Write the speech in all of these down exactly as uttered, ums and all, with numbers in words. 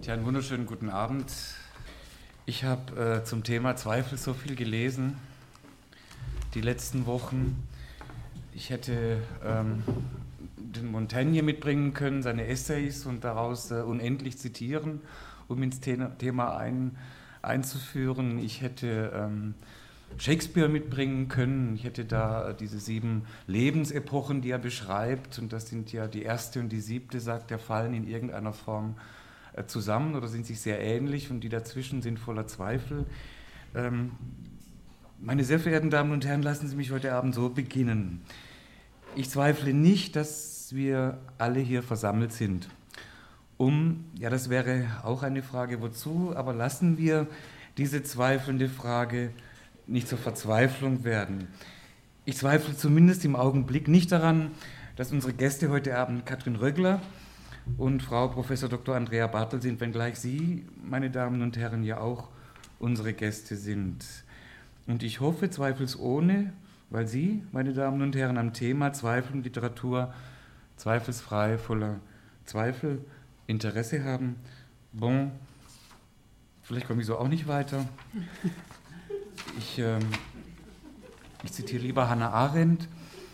Tja, einen wunderschönen guten Abend. Ich habe äh, zum Thema Zweifel so viel gelesen die letzten Wochen. Ich hätte ähm, den Montaigne mitbringen können, seine Essays, und daraus äh, unendlich zitieren, um ins Thema ein, einzuführen. Ich hätte ähm, Shakespeare mitbringen können. Ich hätte da diese sieben Lebensepochen, die er beschreibt, und das sind ja die erste und die siebte, sagt er, fallen in irgendeiner Form zusammen oder sind sich sehr ähnlich, und die dazwischen sind voller Zweifel. Ähm, meine sehr verehrten Damen und Herren, lassen Sie mich heute Abend so beginnen. Ich zweifle nicht, dass wir alle hier versammelt sind, um, ja, das wäre auch eine Frage, wozu, aber lassen wir diese zweifelnde Frage nicht zur Verzweiflung werden. Ich zweifle zumindest im Augenblick nicht daran, dass unsere Gäste heute Abend Katrin Röggler und Frau Professor Doktor Andrea Bartel sind, wenngleich Sie, meine Damen und Herren, ja auch unsere Gäste sind. Und ich hoffe zweifelsohne, weil Sie, meine Damen und Herren, am Thema Zweifel und Literatur zweifelsfrei, voller Zweifel Interesse haben. Bon, vielleicht komme ich so auch nicht weiter. Ich, ähm, ich zitiere lieber Hannah Arendt.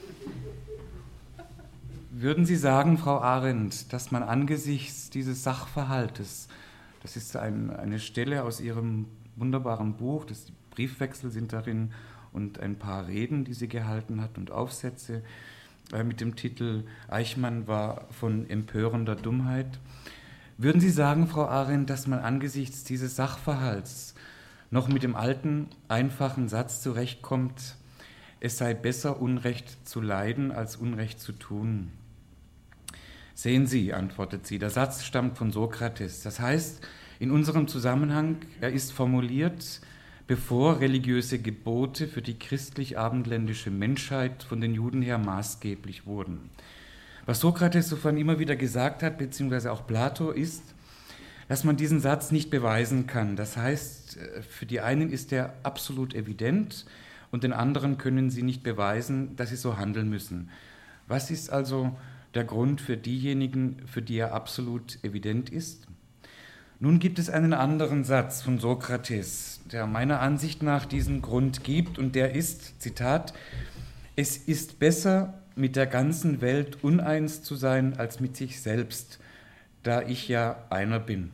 Würden Sie sagen, Frau Arendt, dass man angesichts dieses Sachverhaltes, das ist ein, eine Stelle aus Ihrem wunderbaren Buch, das die Briefwechsel sind darin und ein paar Reden, die sie gehalten hat und Aufsätze äh, mit dem Titel Eichmann war von empörender Dummheit. Würden Sie sagen, Frau Arendt, dass man angesichts dieses Sachverhalts noch mit dem alten, einfachen Satz zurechtkommt, es sei besser, Unrecht zu leiden, als Unrecht zu tun? Sehen Sie, antwortet sie, der Satz stammt von Sokrates. Das heißt, in unserem Zusammenhang, er ist formuliert, bevor religiöse Gebote für die christlich-abendländische Menschheit von den Juden her maßgeblich wurden. Was Sokrates sofern immer wieder gesagt hat, beziehungsweise auch Plato, ist, dass man diesen Satz nicht beweisen kann. Das heißt, für die einen ist er absolut evident und den anderen können sie nicht beweisen, dass sie so handeln müssen. Was ist also der Grund für diejenigen, für die er absolut evident ist? Nun gibt es einen anderen Satz von Sokrates, der meiner Ansicht nach diesen Grund gibt, und der ist, Zitat, es ist besser, mit der ganzen Welt uneins zu sein, als mit sich selbst, da ich ja einer bin.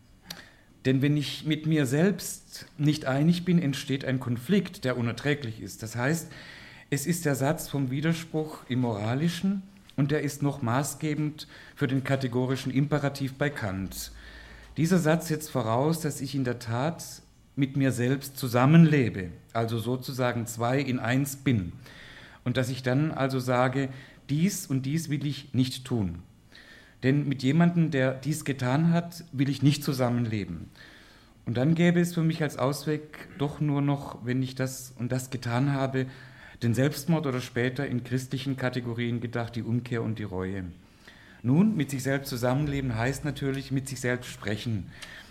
Denn wenn ich mit mir selbst nicht einig bin, entsteht ein Konflikt, der unerträglich ist. Das heißt, es ist der Satz vom Widerspruch im Moralischen, und der ist noch maßgebend für den kategorischen Imperativ bei Kant. Dieser Satz setzt voraus, dass ich in der Tat mit mir selbst zusammenlebe, also sozusagen zwei in eins bin, und dass ich dann also sage, dies und dies will ich nicht tun. Denn mit jemandem, der dies getan hat, will ich nicht zusammenleben. Und dann gäbe es für mich als Ausweg doch nur noch, wenn ich das und das getan habe, den Selbstmord oder später in christlichen Kategorien gedacht, die Umkehr und die Reue. Nun, mit sich selbst zusammenleben heißt natürlich mit sich selbst sprechen.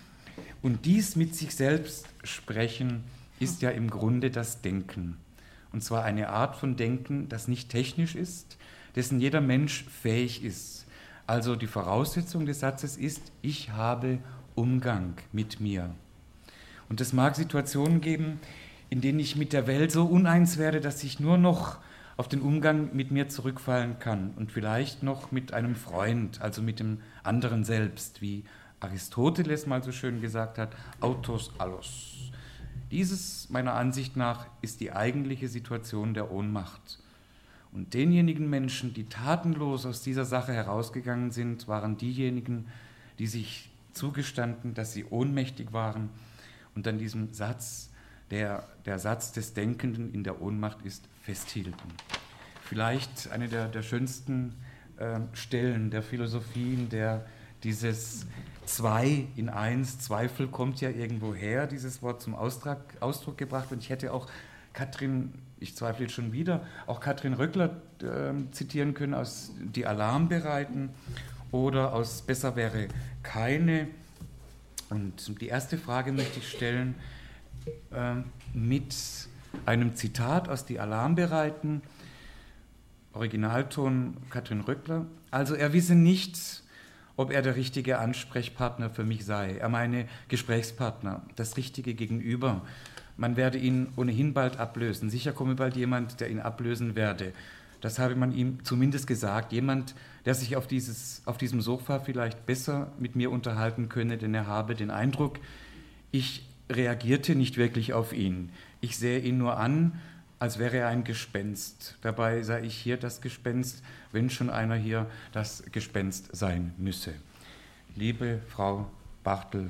Und dies mit sich selbst sprechen ist ja im Grunde das Denken. Und zwar eine Art von Denken, das nicht technisch ist, dessen jeder Mensch fähig ist. Also die Voraussetzung des Satzes ist, ich habe Umgang mit mir. Und es mag Situationen geben, in denen ich mit der Welt so uneins werde, dass ich nur noch auf den Umgang mit mir zurückfallen kann und vielleicht noch mit einem Freund, also mit dem anderen Selbst, wie Aristoteles mal so schön gesagt hat, autos allos. Dieses, meiner Ansicht nach, ist die eigentliche Situation der Ohnmacht. Und denjenigen Menschen, die tatenlos aus dieser Sache herausgegangen sind, waren diejenigen, die sich zugestanden, dass sie ohnmächtig waren und an diesem Satz, der der Satz des Denkenden in der Ohnmacht ist, festhielten. Vielleicht eine der, der schönsten äh, Stellen der Philosophien, der dieses Zwei in Eins, Zweifel kommt ja irgendwo her, dieses Wort zum Ausdruck, Ausdruck gebracht. Und ich hätte auch Katrin, ich zweifle jetzt schon wieder, auch Katrin Röggler äh, zitieren können aus Die Alarmbereiten oder aus Besser wäre keine. Und die erste Frage möchte ich stellen äh, mit einem Zitat aus Die Alarmbereiten, Originalton Katrin Röggler. Also er wisse nicht, ob er der richtige Ansprechpartner für mich sei. Er meine Gesprächspartner, das richtige Gegenüber. Man werde ihn ohnehin bald ablösen. Sicher komme bald jemand, der ihn ablösen werde. Das habe man ihm zumindest gesagt. Jemand, der sich auf, dieses, auf diesem Sofa vielleicht besser mit mir unterhalten könne, denn er habe den Eindruck, ich reagierte nicht wirklich auf ihn. Ich sähe ihn nur an, als wäre er ein Gespenst. Dabei sei ich hier das Gespenst, wenn schon einer hier das Gespenst sein müsse. Liebe Frau Bartel,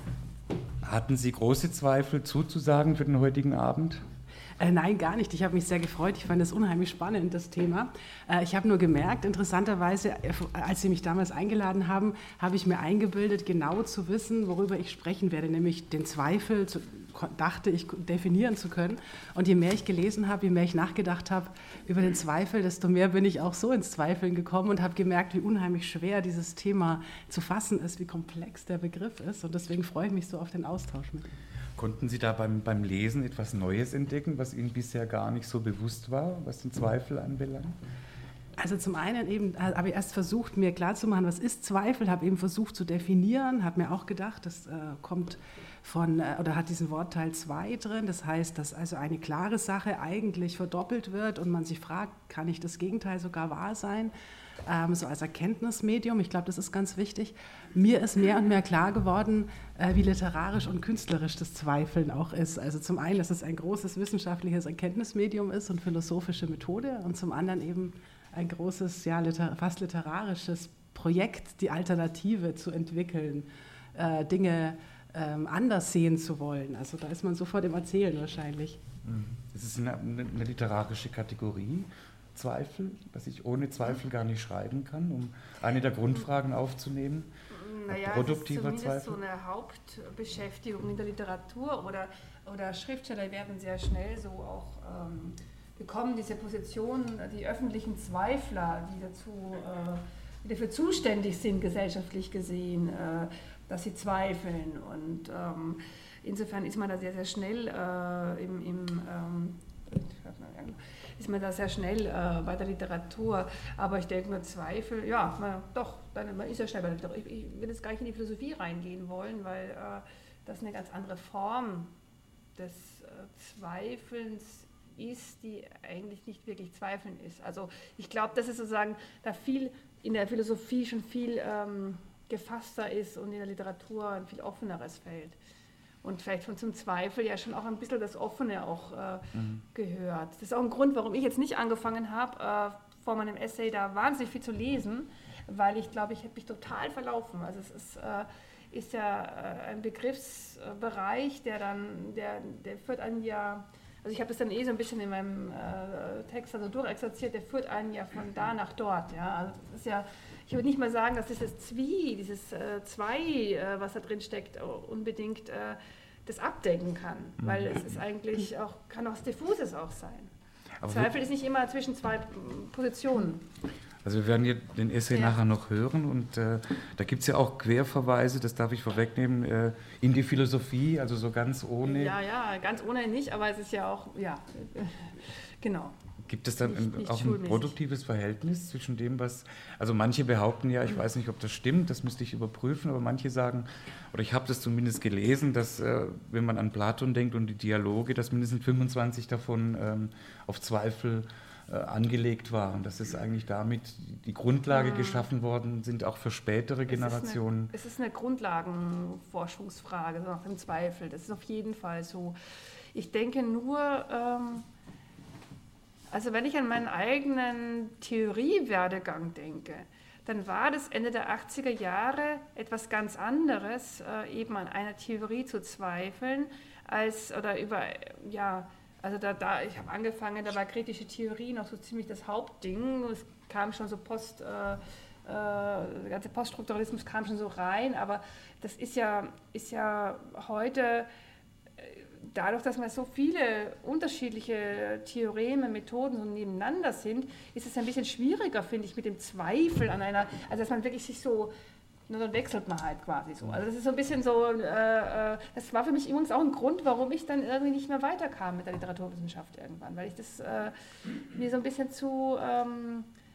hatten Sie große Zweifel zuzusagen für den heutigen Abend? Äh, nein, gar nicht. Ich habe mich sehr gefreut. Ich fand das unheimlich spannend, das Thema. Äh, ich habe nur gemerkt, interessanterweise, äh, als Sie mich damals eingeladen haben, habe ich mir eingebildet, genau zu wissen, worüber ich sprechen werde, nämlich den Zweifel, zu, dachte ich, definieren zu können. Und je mehr ich gelesen habe, je mehr ich nachgedacht habe über den Zweifel, desto mehr bin ich auch so ins Zweifeln gekommen und habe gemerkt, wie unheimlich schwer dieses Thema zu fassen ist, wie komplex der Begriff ist. Und deswegen freue ich mich so auf den Austausch mit Ihnen. Konnten Sie da beim, beim Lesen etwas Neues entdecken, was Ihnen bisher gar nicht so bewusst war, was den Zweifel anbelangt? Also zum einen eben habe ich erst versucht, mir klarzumachen, was ist Zweifel, habe eben versucht zu definieren, habe mir auch gedacht, das äh, kommt von, äh, oder hat diesen Wortteil zwei drin, das heißt, dass also eine klare Sache eigentlich verdoppelt wird und man sich fragt, kann nicht das Gegenteil sogar wahr sein? Ähm, so als Erkenntnismedium, ich glaube, das ist ganz wichtig. Mir ist mehr und mehr klar geworden, äh, wie literarisch und künstlerisch das Zweifeln auch ist. Also zum einen, dass es ein großes wissenschaftliches Erkenntnismedium ist und philosophische Methode und zum anderen eben ein großes, ja, liter- fast literarisches Projekt, die Alternative zu entwickeln, äh, Dinge ähm, anders sehen zu wollen. Also da ist man sofort im Erzählen wahrscheinlich. Das ist eine, eine literarische Kategorie, Zweifel, dass ich ohne Zweifel gar nicht schreiben kann, um eine der Grundfragen aufzunehmen. Naja, Produktiver es ist zumindest Zweifel. so eine Hauptbeschäftigung in der Literatur oder, oder Schriftsteller werden sehr schnell so auch ähm, bekommen, diese Position, die öffentlichen Zweifler, die dazu, äh, die dafür zuständig sind, gesellschaftlich gesehen, äh, dass sie zweifeln. Und ähm, insofern ist man da sehr, sehr schnell äh, im, im ähm, ist man da sehr schnell äh, bei der Literatur, aber ich denke, man Zweifel, ja, man, doch, dann, man ist ja schnell bei der Literatur. Ich, ich will jetzt gar nicht in die Philosophie reingehen wollen, weil äh, das eine ganz andere Form des äh, Zweifelns ist, die eigentlich nicht wirklich Zweifeln ist. Also ich glaube, dass es sozusagen da viel in der Philosophie schon viel ähm, gefasster ist und in der Literatur ein viel offeneres Feld. Und vielleicht von zum Zweifel ja schon auch ein bisschen das Offene auch äh, mhm. gehört. Das ist auch ein Grund, warum ich jetzt nicht angefangen habe, äh, vor meinem Essay da wahnsinnig viel zu lesen, weil ich glaube, ich hätte mich total verlaufen. Also es ist, äh, ist ja äh, ein Begriffsbereich, der dann, der, der führt einen ja, also ich habe das dann eh so ein bisschen in meinem äh, Text also durchexerziert, der führt einen ja von da nach dort. Ja? Also das ist ja, ich würde nicht mal sagen, dass dieses Zwie, dieses äh, Zwei, äh, was da drin steckt, unbedingt äh, das abdecken kann, weil es ist eigentlich auch, kann auch was Diffuses auch sein. Aber Zweifel ist nicht immer zwischen zwei Positionen. Also wir werden hier den Essay ja. nachher noch hören und äh, da gibt es ja auch Querverweise, das darf ich vorwegnehmen, äh, in die Philosophie, also so ganz ohne... Ja, ja, ganz ohne nicht, aber es ist ja auch, ja, äh, genau. Gibt es dann nicht, nicht auch ein produktives Verhältnis zwischen dem, was, also manche behaupten ja, ich weiß nicht, ob das stimmt, das müsste ich überprüfen, aber manche sagen, oder ich habe das zumindest gelesen, dass äh, wenn man an Platon denkt und die Dialoge, dass mindestens fünfundzwanzig davon ähm, auf Zweifel äh, angelegt waren, dass es eigentlich damit die Grundlage mhm. geschaffen worden sind, auch für spätere Generationen. Es ist eine, es ist eine Grundlagenforschungsfrage, so nach dem Zweifel, das ist auf jeden Fall so. Ich denke nur... Ähm, Also wenn ich an meinen eigenen Theoriewerdegang denke, dann war das Ende der achtziger Jahre etwas ganz anderes, äh, eben an einer Theorie zu zweifeln, als, oder über, ja, also da, da ich habe angefangen, da war kritische Theorie noch so ziemlich das Hauptding, es kam schon so Post, äh, äh, der ganze Poststrukturalismus kam schon so rein, aber das ist ja, ist ja heute... Dadurch, dass man so viele unterschiedliche Theoreme, Methoden so nebeneinander sind, ist es ein bisschen schwieriger, finde ich, mit dem Zweifel an einer, also dass man wirklich sich so, nur dann wechselt man halt quasi so. Also das ist so ein bisschen so, äh, das war für mich übrigens auch ein Grund, warum ich dann irgendwie nicht mehr weiterkam mit der Literaturwissenschaft irgendwann, weil ich das äh, mir so ein bisschen zu, ähm,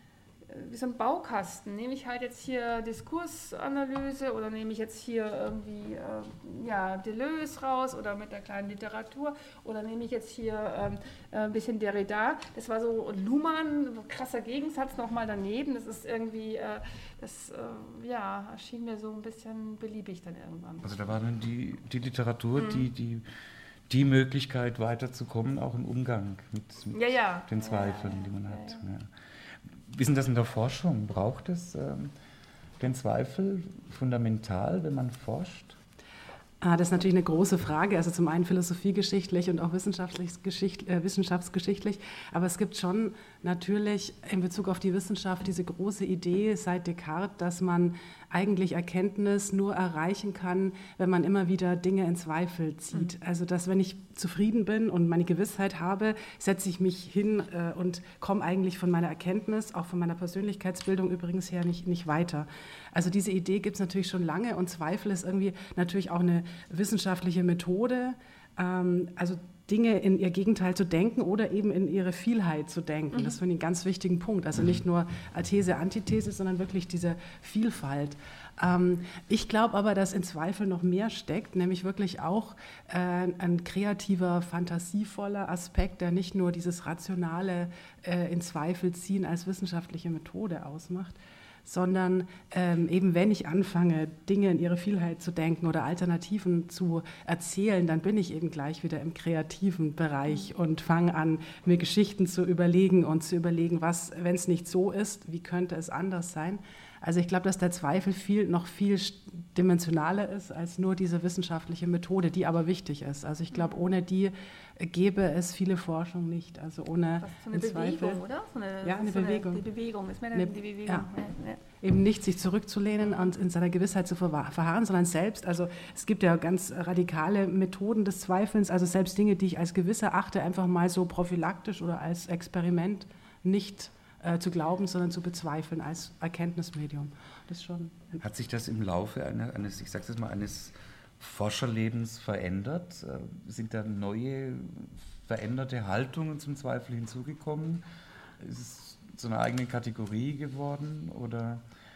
wie so ein Baukasten. Nehme ich halt jetzt hier Diskursanalyse oder nehme ich jetzt hier irgendwie äh, ja, Deleuze raus oder mit der kleinen Literatur oder nehme ich jetzt hier ähm, ein bisschen Derrida. Das war so Luhmann, krasser Gegensatz nochmal daneben. Das ist irgendwie, äh, das äh, ja, erschien mir so ein bisschen beliebig dann irgendwann. Also da war dann die, die Literatur, mhm. die, die, die Möglichkeit weiterzukommen, auch im Umgang mit, mit ja, ja. den Zweifeln, ja, ja, die man ja, hat. Ja. Ja. Wie ist denn das in der Forschung? Braucht es ähm, den Zweifel fundamental, wenn man forscht? Ah, das ist natürlich eine große Frage, also zum einen philosophiegeschichtlich und auch wissenschaftlich, geschicht, äh, wissenschaftsgeschichtlich, aber es gibt schon natürlich in Bezug auf die Wissenschaft diese große Idee seit Descartes, dass man eigentlich Erkenntnis nur erreichen kann, wenn man immer wieder Dinge in Zweifel zieht. Mhm. Also dass, wenn ich zufrieden bin und meine Gewissheit habe, setze ich mich hin äh, und komme eigentlich von meiner Erkenntnis, auch von meiner Persönlichkeitsbildung übrigens her, nicht, nicht weiter. Also diese Idee gibt es natürlich schon lange und Zweifel ist irgendwie natürlich auch eine wissenschaftliche Methode, ähm, also Dinge in ihr Gegenteil zu denken oder eben in ihre Vielheit zu denken. Mhm. Das finde ich einen ganz wichtigen Punkt. Also nicht nur These, Antithese, sondern wirklich diese Vielfalt. Ähm, ich glaube aber, dass in Zweifel noch mehr steckt, nämlich wirklich auch äh, ein kreativer, fantasievoller Aspekt, der nicht nur dieses rationale äh, in Zweifel ziehen als wissenschaftliche Methode ausmacht, sondern ähm, eben wenn ich anfange, Dinge in ihre Vielheit zu denken oder Alternativen zu erzählen, dann bin ich eben gleich wieder im kreativen Bereich und fange an, mir Geschichten zu überlegen und zu überlegen, was, wenn es nicht so ist, wie könnte es anders sein? Also ich glaube, dass der Zweifel viel, noch viel dimensionaler ist als nur diese wissenschaftliche Methode, die aber wichtig ist. Also ich glaube, ohne die gäbe es viele Forschung nicht. Also ohne Was, so eine Bewegung, Zweifel, oder? So eine, ja, eine so Bewegung. Eine, die Bewegung, ist mehr eine, die Bewegung. Ja. Ja, ja. Eben nicht sich zurückzulehnen und in seiner Gewissheit zu verharren, sondern selbst, also es gibt ja ganz radikale Methoden des Zweifelns, also selbst Dinge, die ich als gewiss erachte, einfach mal so prophylaktisch oder als Experiment nicht äh, zu glauben, sondern zu bezweifeln als Erkenntnismedium. Das schon. Hat sich das im Laufe eine, eines, ich sage jetzt mal, eines Forscherlebens verändert? Sind da neue, veränderte Haltungen zum Zweifel hinzugekommen? Ist es zu einer eigenen Kategorie geworden? Oder?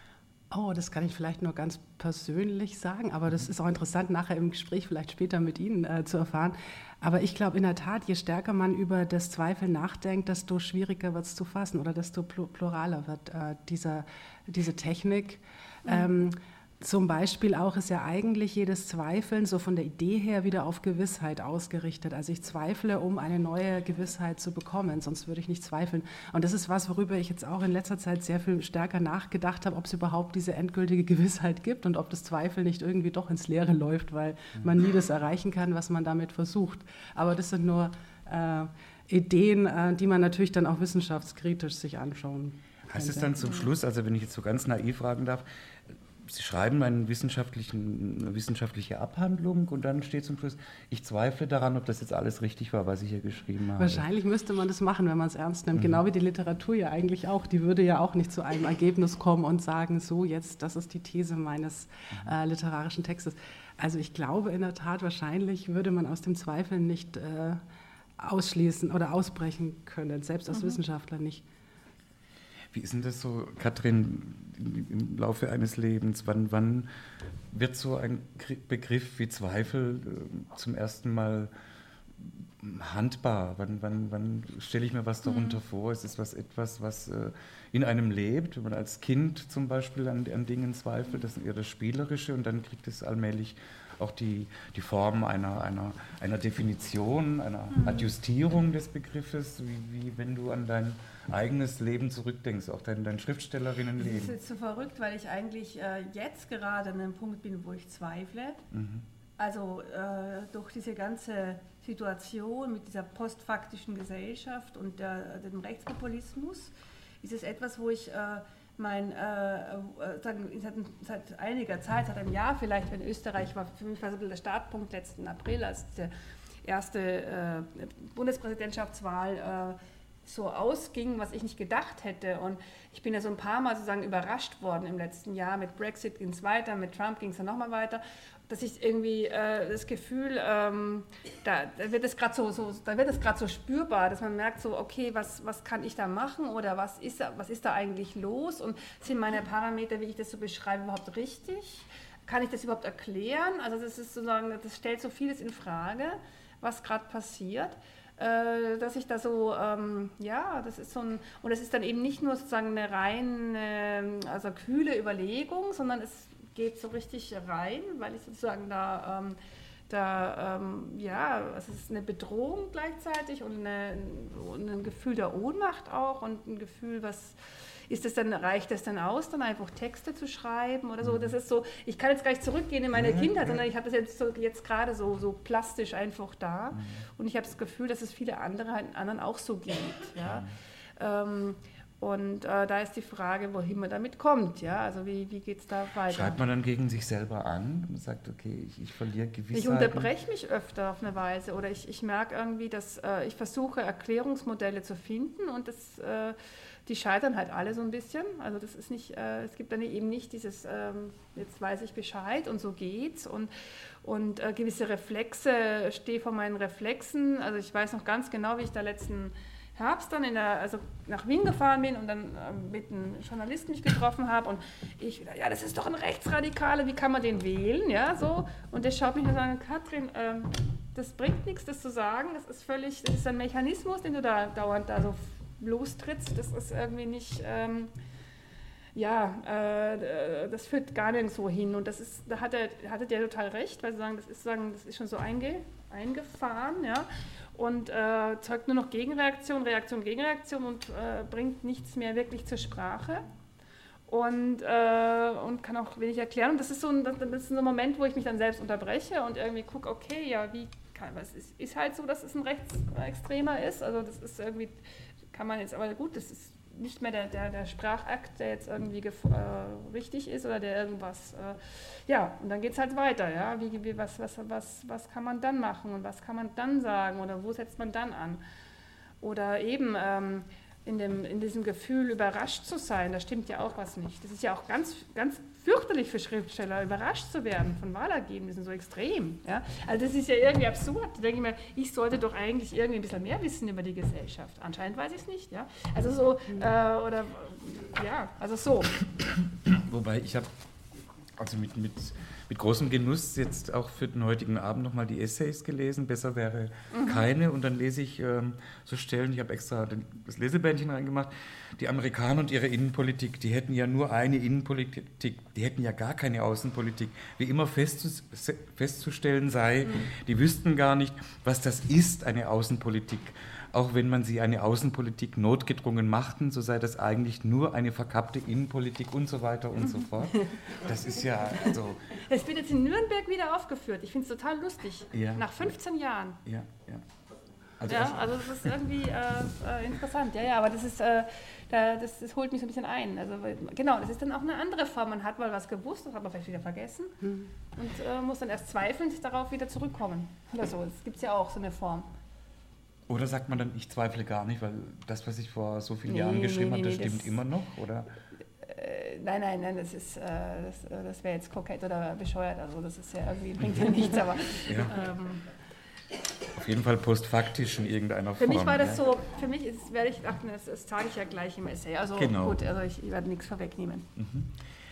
Oh, das kann ich vielleicht nur ganz persönlich sagen, aber das ist auch interessant, nachher im Gespräch vielleicht später mit Ihnen äh, zu erfahren. Aber ich glaube in der Tat, je stärker man über das Zweifeln nachdenkt, desto schwieriger wird es zu fassen oder desto pluraler wird äh, dieser, diese Technik. Mhm. Ähm, Zum Beispiel auch ist ja eigentlich jedes Zweifeln so von der Idee her wieder auf Gewissheit ausgerichtet. Also ich zweifle, um eine neue Gewissheit zu bekommen, sonst würde ich nicht zweifeln. Und das ist was, worüber ich jetzt auch in letzter Zeit sehr viel stärker nachgedacht habe, ob es überhaupt diese endgültige Gewissheit gibt und ob das Zweifeln nicht irgendwie doch ins Leere läuft, weil man nie das erreichen kann, was man damit versucht. Aber das sind nur äh, Ideen, äh, die man natürlich dann auch wissenschaftskritisch sich anschauen kann. Heißt es dann zum Schluss, also wenn ich jetzt so ganz naiv fragen darf, Sie schreiben einen wissenschaftlichen, eine wissenschaftliche Abhandlung und dann steht zum Schluss, ich zweifle daran, ob das jetzt alles richtig war, was ich hier geschrieben habe. Wahrscheinlich müsste man das machen, wenn man es ernst nimmt. Mhm. Genau wie die Literatur ja eigentlich auch. Die würde ja auch nicht zu einem Ergebnis kommen und sagen, so jetzt, das ist die These meines mhm. äh, literarischen Textes. Also ich glaube in der Tat, wahrscheinlich würde man aus dem Zweifeln nicht äh, ausschließen oder ausbrechen können, selbst als mhm. Wissenschaftler nicht. Wie ist denn das so, Katrin, im Laufe eines Lebens? Wann, wann wird so ein Begriff wie Zweifel äh, zum ersten Mal handbar? Wann, wann, wann stelle ich mir was darunter mhm. vor? Ist es was, etwas, was äh, in einem lebt? Wenn man als Kind zum Beispiel an, an Dingen zweifelt, das ist eher das Spielerische und dann kriegt es allmählich auch die, die Form einer, einer, einer Definition, einer mhm. Adjustierung des Begriffes, wie, wie wenn du an dein eigenes Leben zurückdenkst, auch dein, dein Schriftstellerinnenleben. Das ist jetzt so verrückt, weil ich eigentlich äh, jetzt gerade an einem Punkt bin, wo ich zweifle. Mhm. Also äh, durch diese ganze Situation mit dieser postfaktischen Gesellschaft und der, dem Rechtspopulismus ist es etwas, wo ich äh, mein, äh, sagen, seit, seit einiger Zeit, seit einem Jahr vielleicht, wenn Österreich war, für mich war so der Startpunkt letzten April, als die erste äh, Bundespräsidentschaftswahl äh, so ausging, was ich nicht gedacht hätte. Und ich bin ja so ein paar Mal sozusagen überrascht worden im letzten Jahr. Mit Brexit ging es weiter, mit Trump ging es dann nochmal weiter. Dass ich irgendwie äh, das Gefühl, ähm, da, da wird es gerade so, so, da wird es gerade so spürbar, dass man merkt so, okay, was, was kann ich da machen oder was ist, da, was ist da eigentlich los und sind meine Parameter, wie ich das so beschreibe, überhaupt richtig? Kann ich das überhaupt erklären? Also das ist sozusagen, das stellt so vieles in Frage, was gerade passiert. Dass ich da so, ähm, ja, das ist so ein, und es ist dann eben nicht nur sozusagen eine rein, äh, also kühle Überlegung, sondern es geht so richtig rein, weil ich sozusagen da, ähm, da ähm, ja, es ist eine Bedrohung gleichzeitig und, eine, und ein Gefühl der Ohnmacht auch und ein Gefühl, was ist das dann, reicht das dann aus, dann einfach Texte zu schreiben oder so? Das ist so, ich kann jetzt gar nicht zurückgehen in meine Kindheit, sondern ich habe das jetzt, so, jetzt gerade so, so plastisch einfach da und ich habe das Gefühl, dass es viele andere, anderen auch so geht. Ja? Ähm, und äh, da ist die Frage, wohin man damit kommt. Ja? Also wie, wie geht es da weiter? Schreibt man dann gegen sich selber an und sagt, okay, ich, ich verliere Gewissheiten? Ich unterbreche mich öfter auf eine Weise oder ich, ich merke irgendwie, dass äh, ich versuche, Erklärungsmodelle zu finden und das äh, die scheitern halt alle so ein bisschen. Also das ist nicht, äh, es gibt dann eben nicht dieses, ähm, jetzt weiß ich Bescheid und so geht's. Und, und äh, gewisse Reflexe, stehe vor meinen Reflexen. Also ich weiß noch ganz genau, wie ich da letzten Herbst dann in der, also nach Wien gefahren bin und dann äh, mit einem Journalisten mich getroffen habe. Und ich wieder, ja, das ist doch ein Rechtsradikaler, wie kann man den wählen? Ja, so. Und der schaut mich nur an, Katrin, ähm, das bringt nichts, das zu sagen. Das ist völlig, das ist ein Mechanismus, den du da dauernd da so lostrittst, das ist irgendwie nicht, ähm, ja, äh, das führt gar nirgendwo hin und das ist, da hat er, hatte der total recht, weil sie sagen, das ist, sagen, das ist schon so einge, eingefahren, ja, und äh, zeugt nur noch Gegenreaktion, Reaktion, Gegenreaktion und äh, bringt nichts mehr wirklich zur Sprache und, äh, und kann auch wenig erklären und das ist so ein, das ist so ein Moment, wo ich mich dann selbst unterbreche und irgendwie gucke, okay, ja, wie kann, es ist, ist halt so, dass es ein Rechtsextremer ist, also das ist irgendwie kann man jetzt, aber gut, das ist nicht mehr der, der, der Sprachakt, der jetzt irgendwie gef- äh, richtig ist oder der irgendwas, äh, ja, und dann geht es halt weiter, ja, wie, wie, was, was, was, was kann man dann machen und was kann man dann sagen oder wo setzt man dann an? Oder eben ähm, in, dem, in diesem Gefühl, überrascht zu sein, da stimmt ja auch was nicht. Das ist ja auch ganz, ganz fürchterlich für Schriftsteller, überrascht zu werden von Wahlergebnissen, so extrem. Ja? Also das ist ja irgendwie absurd. Da denke ich mir, ich sollte doch eigentlich irgendwie ein bisschen mehr wissen über die Gesellschaft. Anscheinend weiß ich es nicht. Ja? Also so, äh, oder, ja, also so. Wobei ich habe also mit, mit, mit großem Genuss jetzt auch für den heutigen Abend nochmal die Essays gelesen. Besser wäre mhm. keine. Und dann lese ich ähm, so Stellen, ich habe extra den, das Lesebändchen reingemacht, die Amerikaner und ihre Innenpolitik, die hätten ja nur eine Innenpolitik, die hätten ja gar keine Außenpolitik. Wie immer festzus, festzustellen sei, mhm. die wüssten gar nicht, was das ist, eine Außenpolitik. Auch wenn man sie eine Außenpolitik notgedrungen machten, so sei das eigentlich nur eine verkappte Innenpolitik und so weiter und so fort. Das ist ja, also... Es wird jetzt in Nürnberg wieder aufgeführt. Ich finde es total lustig. Ja. Nach fünfzehn Jahren. Ja, ja. Also, ja, also das ist irgendwie äh, äh, interessant. Ja, ja, aber das ist, äh, da, das, das holt mich so ein bisschen ein. Also genau, das ist dann auch eine andere Form. Man hat mal was gewusst, das hat man vielleicht wieder vergessen hm. und äh, muss dann erst zweifelnd darauf wieder zurückkommen. Oder so. Das gibt es ja auch, so eine Form. Oder sagt man dann, ich zweifle gar nicht, weil das, was ich vor so vielen nee, Jahren geschrieben nee, nee, habe, das stimmt das immer noch? Oder? Äh, nein, nein, nein, das, ist, äh, das, äh, das wäre jetzt kokett oder bescheuert. Also das ist ja irgendwie, bringt ja nichts, aber... Ja. Ähm, auf jeden Fall postfaktisch in irgendeiner Form. Für mich war das ja. so, für mich ist, werde ich, ach, das, das zeige ich ja gleich im Essay. Also genau. gut, also ich, ich werde nichts vorwegnehmen. Mhm.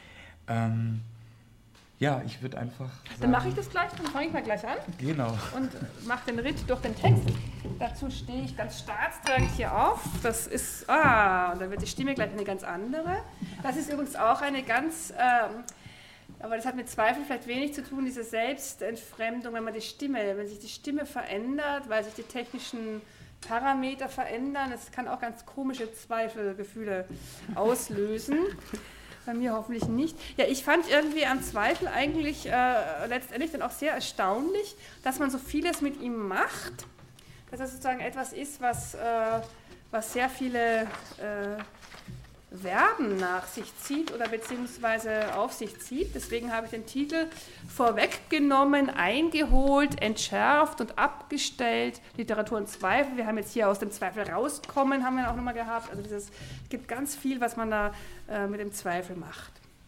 Ähm, ja, ich würde einfach sagen, dann mache ich das gleich, dann fange ich mal gleich an. Genau. Und mache den Ritt durch den Text. Dazu stehe ich ganz staatstragend hier auf. Das ist, ah, und dann wird die Stimme gleich eine ganz andere. Das ist übrigens auch eine ganz... Ähm, aber das hat mit Zweifel vielleicht wenig zu tun, diese Selbstentfremdung, wenn man die Stimme, wenn sich die Stimme verändert, weil sich die technischen Parameter verändern. Das kann auch ganz komische Zweifelgefühle auslösen. Bei mir hoffentlich nicht. Ja, ich fand irgendwie am Zweifel eigentlich äh, letztendlich dann auch sehr erstaunlich, dass man so vieles mit ihm macht. Dass das sozusagen etwas ist, was, äh, was sehr viele... Äh, Verben nach sich zieht oder beziehungsweise auf sich zieht. Deswegen habe ich den Titel vorweggenommen, eingeholt, entschärft und abgestellt. Literatur und Zweifel. Wir haben jetzt hier aus dem Zweifel rauskommen, haben wir auch nochmal gehabt. Also es gibt ganz viel, was man da äh, mit dem Zweifel macht.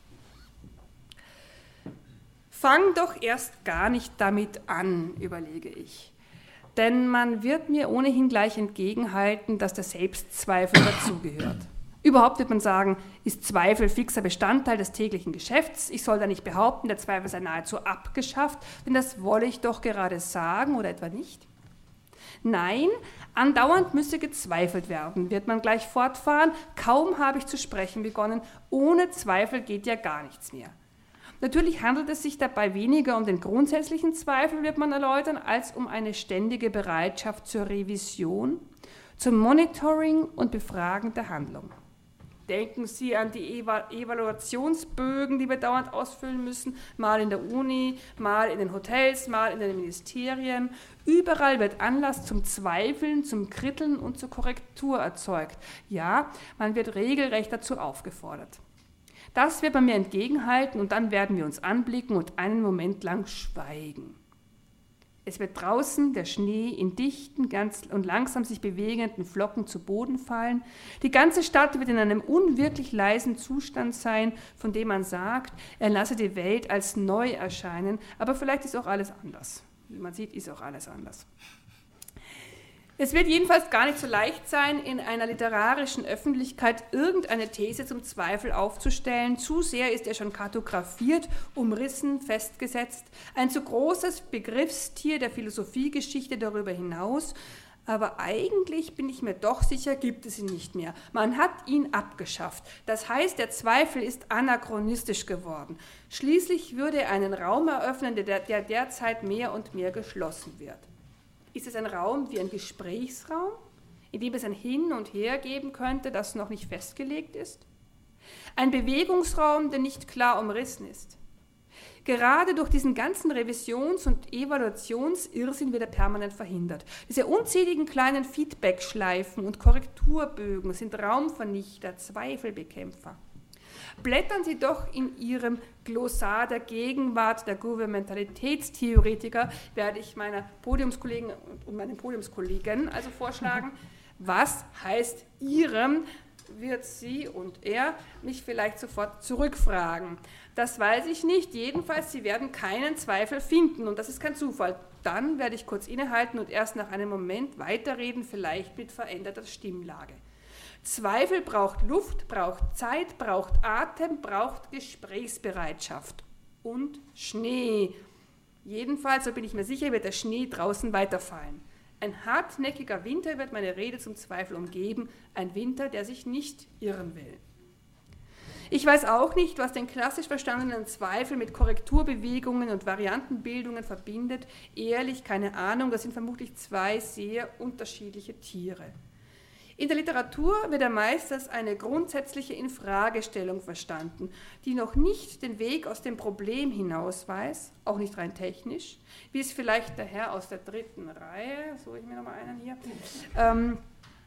Fang doch erst gar nicht damit an, überlege ich. Denn man wird mir ohnehin gleich entgegenhalten, dass der Selbstzweifel dazugehört. Überhaupt wird man sagen, ist Zweifel fixer Bestandteil des täglichen Geschäfts? Ich soll da nicht behaupten, der Zweifel sei nahezu abgeschafft, denn das wolle ich doch gerade sagen oder etwa nicht? Nein, andauernd müsse gezweifelt werden, wird man gleich fortfahren. Kaum habe ich zu sprechen begonnen, ohne Zweifel geht ja gar nichts mehr. Natürlich handelt es sich dabei weniger um den grundsätzlichen Zweifel, wird man erläutern, als um eine ständige Bereitschaft zur Revision, zum Monitoring und Befragen der Handlung. Denken Sie an die Eva- Evaluationsbögen, die wir dauernd ausfüllen müssen, mal in der Uni, mal in den Hotels, mal in den Ministerien. Überall wird Anlass zum Zweifeln, zum Kritteln und zur Korrektur erzeugt. Ja, man wird regelrecht dazu aufgefordert. Das wird man mir entgegenhalten und dann werden wir uns anblicken und einen Moment lang schweigen. Es wird draußen der Schnee in dichten ganz und langsam sich bewegenden Flocken zu Boden fallen. Die ganze Stadt wird in einem unwirklich leisen Zustand sein, von dem man sagt, er lasse die Welt als neu erscheinen, aber vielleicht ist auch alles anders. Wie man sieht, ist auch alles anders. Es wird jedenfalls gar nicht so leicht sein, in einer literarischen Öffentlichkeit irgendeine These zum Zweifel aufzustellen. Zu sehr ist er schon kartografiert, umrissen, festgesetzt. Ein zu großes Begriffstier der Philosophiegeschichte darüber hinaus. Aber eigentlich bin ich mir doch sicher, gibt es ihn nicht mehr. Man hat ihn abgeschafft. Das heißt, der Zweifel ist anachronistisch geworden. Schließlich würde er einen Raum eröffnen, der, der derzeit mehr und mehr geschlossen wird. Ist es ein Raum wie ein Gesprächsraum, in dem es ein Hin und Her geben könnte, das noch nicht festgelegt ist? Ein Bewegungsraum, der nicht klar umrissen ist. Gerade durch diesen ganzen Revisions- und Evaluationsirrsinn wird er permanent verhindert. Diese unzähligen kleinen Feedback-Schleifen und Korrekturbögen sind Raumvernichter, Zweifelbekämpfer. Blättern Sie doch in Ihrem Glossar der Gegenwart der Gouvernementalitätstheoretiker, werde ich meiner Podiumskollegen und meinen Podiumskollegen also vorschlagen, was heißt Ihrem, wird sie und er mich vielleicht sofort zurückfragen. Das weiß ich nicht, jedenfalls, Sie werden keinen Zweifel finden und das ist kein Zufall. Dann werde ich kurz innehalten und erst nach einem Moment weiterreden, vielleicht mit veränderter Stimmlage. Zweifel braucht Luft, braucht Zeit, braucht Atem, braucht Gesprächsbereitschaft und Schnee. Jedenfalls, so bin ich mir sicher, wird der Schnee draußen weiterfallen. Ein hartnäckiger Winter wird meine Rede zum Zweifel umgeben, ein Winter, der sich nicht irren will. Ich weiß auch nicht, was den klassisch verstandenen Zweifel mit Korrekturbewegungen und Variantenbildungen verbindet. Ehrlich, keine Ahnung, das sind vermutlich zwei sehr unterschiedliche Tiere. In der Literatur wird er meist als eine grundsätzliche Infragestellung verstanden, die noch nicht den Weg aus dem Problem hinaus weiß, auch nicht rein technisch, wie es vielleicht der Herr aus der dritten Reihe, suche ich mir nochmal einen hier, ähm,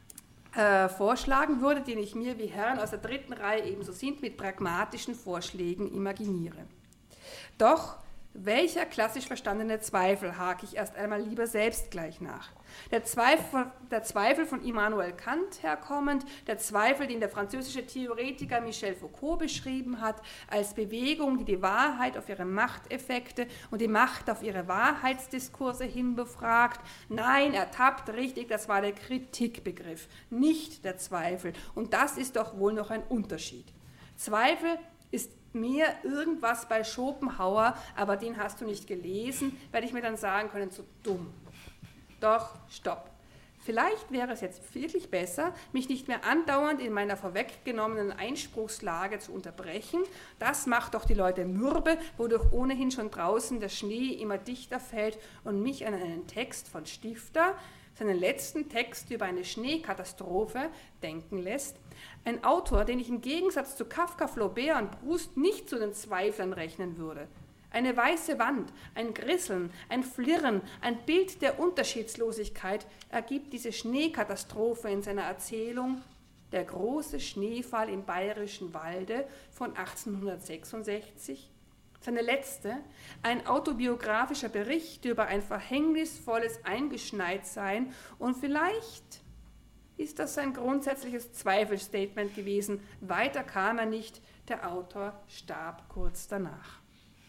äh, vorschlagen würde, den ich mir, wie Herren aus der dritten Reihe ebenso sind, mit pragmatischen Vorschlägen imaginiere. Doch welcher klassisch verstandene Zweifel, hake ich erst einmal lieber selbst gleich nach. Der Zweifel, der Zweifel von Immanuel Kant herkommend, der Zweifel, den der französische Theoretiker Michel Foucault beschrieben hat, als Bewegung, die die Wahrheit auf ihre Machteffekte und die Macht auf ihre Wahrheitsdiskurse hin befragt. Nein, ertappt, richtig, das war der Kritikbegriff, nicht der Zweifel. Und das ist doch wohl noch ein Unterschied. Zweifel ist mehr irgendwas bei Schopenhauer, aber den hast du nicht gelesen, werde ich mir dann sagen können, zu dumm. Doch, stopp. Vielleicht wäre es jetzt wirklich besser, mich nicht mehr andauernd in meiner vorweggenommenen Einspruchslage zu unterbrechen. Das macht doch die Leute mürbe, wodurch ohnehin schon draußen der Schnee immer dichter fällt und mich an einen Text von Stifter, seinen letzten Text über eine Schneekatastrophe, denken lässt. Ein Autor, den ich im Gegensatz zu Kafka, Flaubert und Proust nicht zu den Zweiflern rechnen würde. Eine weiße Wand, ein Grisseln, ein Flirren, ein Bild der Unterschiedslosigkeit ergibt diese Schneekatastrophe in seiner Erzählung Der große Schneefall im Bayerischen Walde von achtzehnhundertsechsundsechzig, seine letzte, ein autobiografischer Bericht über ein verhängnisvolles Eingeschneitsein, und vielleicht ist das sein grundsätzliches Zweifelstatement gewesen. Weiter kam er nicht, der Autor starb kurz danach.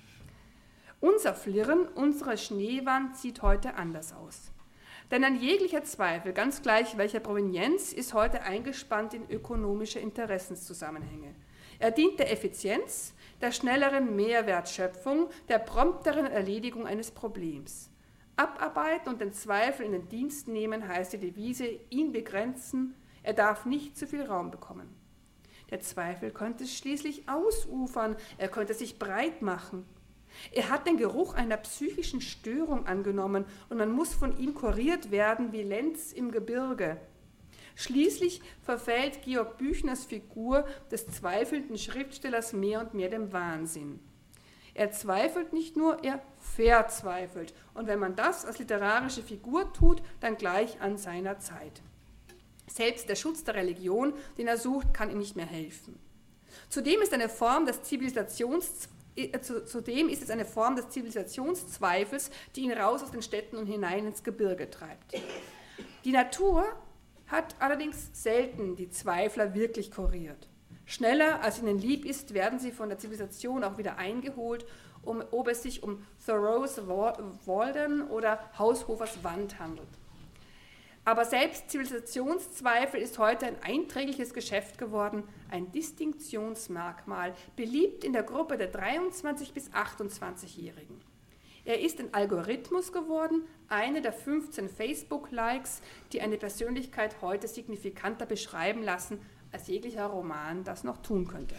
Unser Flirren, unsere Schneewand sieht heute anders aus. Denn ein jeglicher Zweifel, ganz gleich welcher Provenienz, ist heute eingespannt in ökonomische Interessenszusammenhänge. Er dient der Effizienz, der schnelleren Mehrwertschöpfung, der prompteren Erledigung eines Problems. Abarbeiten und den Zweifel in den Dienst nehmen heißt die Devise, ihn begrenzen, er darf nicht zu viel Raum bekommen. Der Zweifel könnte schließlich ausufern, er könnte sich breit machen. Er hat den Geruch einer psychischen Störung angenommen und man muss von ihm kuriert werden wie Lenz im Gebirge. Schließlich verfällt Georg Büchners Figur des zweifelnden Schriftstellers mehr und mehr dem Wahnsinn. Er zweifelt nicht nur, er verzweifelt. Und wenn man das als literarische Figur tut, dann gleich an seiner Zeit. Selbst der Schutz der Religion, den er sucht, kann ihm nicht mehr helfen. Zudem ist, eine Form des Zivilisations, äh, zudem ist es eine Form des Zivilisationszweifels, die ihn raus aus den Städten und hinein ins Gebirge treibt. Die Natur hat allerdings selten die Zweifler wirklich kuriert. Schneller, als ihnen lieb ist, werden sie von der Zivilisation auch wieder eingeholt, um, ob es sich um Thoreaus Walden oder Haushofers Wand handelt. Aber selbst Zivilisationszweifel ist heute ein einträgliches Geschäft geworden, ein Distinktionsmerkmal, beliebt in der Gruppe der dreiundzwanzig- bis achtundzwanzigjährigen. Er ist ein Algorithmus geworden, eine der fünfzehn Facebook-Likes, die eine Persönlichkeit heute signifikanter beschreiben lassen, als jeglicher Roman das noch tun könnte.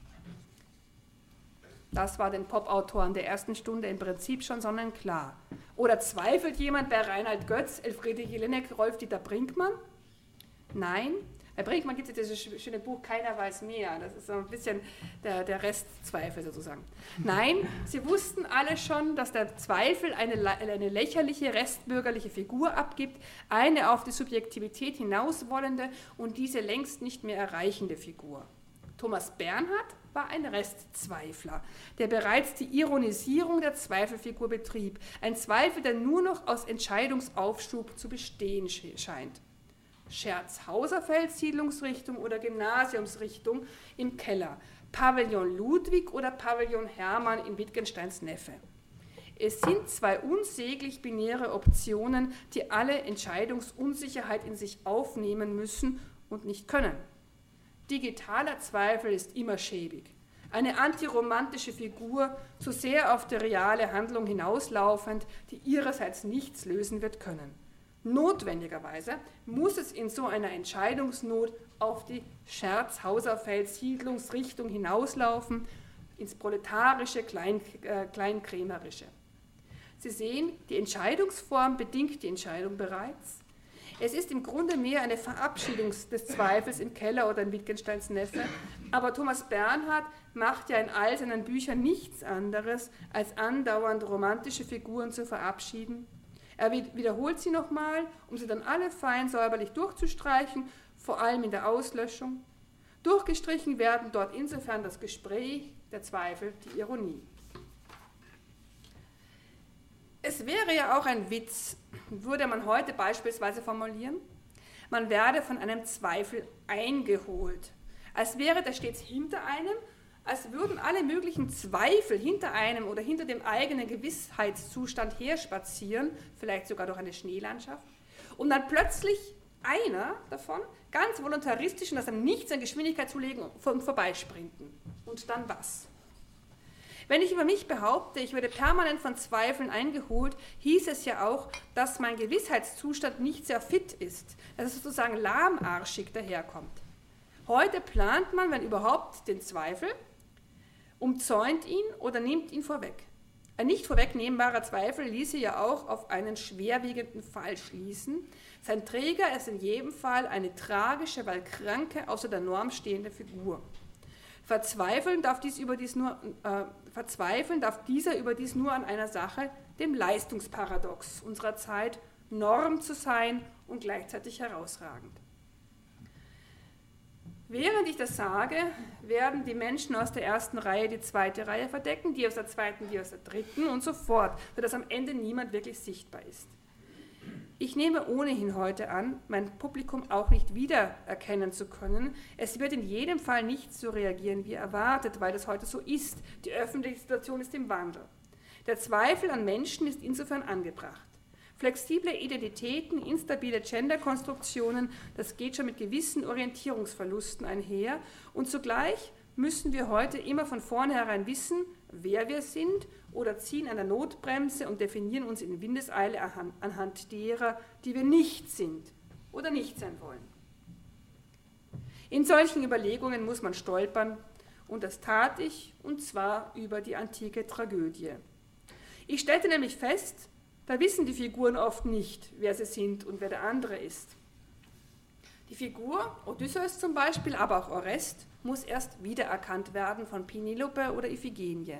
Das war den Pop-Autoren der ersten Stunde im Prinzip schon sonnenklar. Oder zweifelt jemand bei Reinhard Götz, Elfriede Jelinek, Rolf-Dieter Brinkmann? Nein. Bei Brinkmann gibt es dieses schöne Buch Keiner weiß mehr. Das ist so ein bisschen der, der Restzweifel sozusagen. Nein, sie wussten alle schon, dass der Zweifel eine, eine lächerliche restbürgerliche Figur abgibt, eine auf die Subjektivität hinauswollende und diese längst nicht mehr erreichende Figur. Thomas Bernhard war ein Restzweifler, der bereits die Ironisierung der Zweifelfigur betrieb. Ein Zweifel, der nur noch aus Entscheidungsaufschub zu bestehen scheint. Scherz-Hauserfeld-Siedlungsrichtung oder Gymnasiumsrichtung im Keller, Pavillon Ludwig oder Pavillon Hermann in Wittgensteins Neffe. Es sind zwei unsäglich binäre Optionen, die alle Entscheidungsunsicherheit in sich aufnehmen müssen und nicht können. Digitaler Zweifel ist immer schäbig. Eine antiromantische Figur, zu sehr auf die reale Handlung hinauslaufend, die ihrerseits nichts lösen wird können. Notwendigerweise muss es in so einer Entscheidungsnot auf die Scherz-Hauserfeld-Siedlungsrichtung hinauslaufen, ins proletarische, Klein, äh, Kleinkrämerische. Sie sehen, die Entscheidungsform bedingt die Entscheidung bereits. Es ist im Grunde mehr eine Verabschiedung des Zweifels im Keller oder in Wittgensteins Neffe, aber Thomas Bernhard macht ja in all seinen Büchern nichts anderes, als andauernd romantische Figuren zu verabschieden. Er wiederholt sie nochmal, um sie dann alle fein säuberlich durchzustreichen, vor allem in der Auslöschung. Durchgestrichen werden dort insofern das Gespräch, der Zweifel, die Ironie. Es wäre ja auch ein Witz, würde man heute beispielsweise formulieren, man werde von einem Zweifel eingeholt, als wäre der stets hinter einem, als würden alle möglichen Zweifel hinter einem oder hinter dem eigenen Gewissheitszustand herspazieren, vielleicht sogar durch eine Schneelandschaft, und dann plötzlich einer davon ganz voluntaristisch und aus dem Nichts an Geschwindigkeit zulegen und vorbeisprinten. Und dann was? Wenn ich über mich behaupte, ich werde permanent von Zweifeln eingeholt, hieß es ja auch, dass mein Gewissheitszustand nicht sehr fit ist, dass es sozusagen lahmarschig daherkommt. Heute plant man, wenn überhaupt, den Zweifel, umzäunt ihn oder nimmt ihn vorweg. Ein nicht vorwegnehmbarer Zweifel ließe ja auch auf einen schwerwiegenden Fall schließen. Sein Träger ist in jedem Fall eine tragische, weil kranke, außer der Norm stehende Figur. Verzweifeln darf, dies überdies nur, äh, verzweifeln darf dieser überdies nur an einer Sache, dem Leistungsparadox unserer Zeit, Norm zu sein und gleichzeitig herausragend. Während ich das sage, werden die Menschen aus der ersten Reihe die zweite Reihe verdecken, die aus der zweiten, die aus der dritten und so fort, sodass am Ende niemand wirklich sichtbar ist. Ich nehme ohnehin heute an, mein Publikum auch nicht wiedererkennen zu können. Es wird in jedem Fall nicht so reagieren, wie erwartet, weil das heute so ist. Die öffentliche Situation ist im Wandel. Der Zweifel an Menschen ist insofern angebracht. Flexible Identitäten, instabile Genderkonstruktionen, das geht schon mit gewissen Orientierungsverlusten einher. Und zugleich müssen wir heute immer von vornherein wissen, wer wir sind, oder ziehen an der Notbremse und definieren uns in Windeseile anhand derer, die wir nicht sind oder nicht sein wollen. In solchen Überlegungen muss man stolpern, und das tat ich, und zwar über die antike Tragödie. Ich stellte nämlich fest, da wissen die Figuren oft nicht, wer sie sind und wer der andere ist. Die Figur, Odysseus zum Beispiel, aber auch Orest, muss erst wiedererkannt werden von Penelope oder Iphigenie.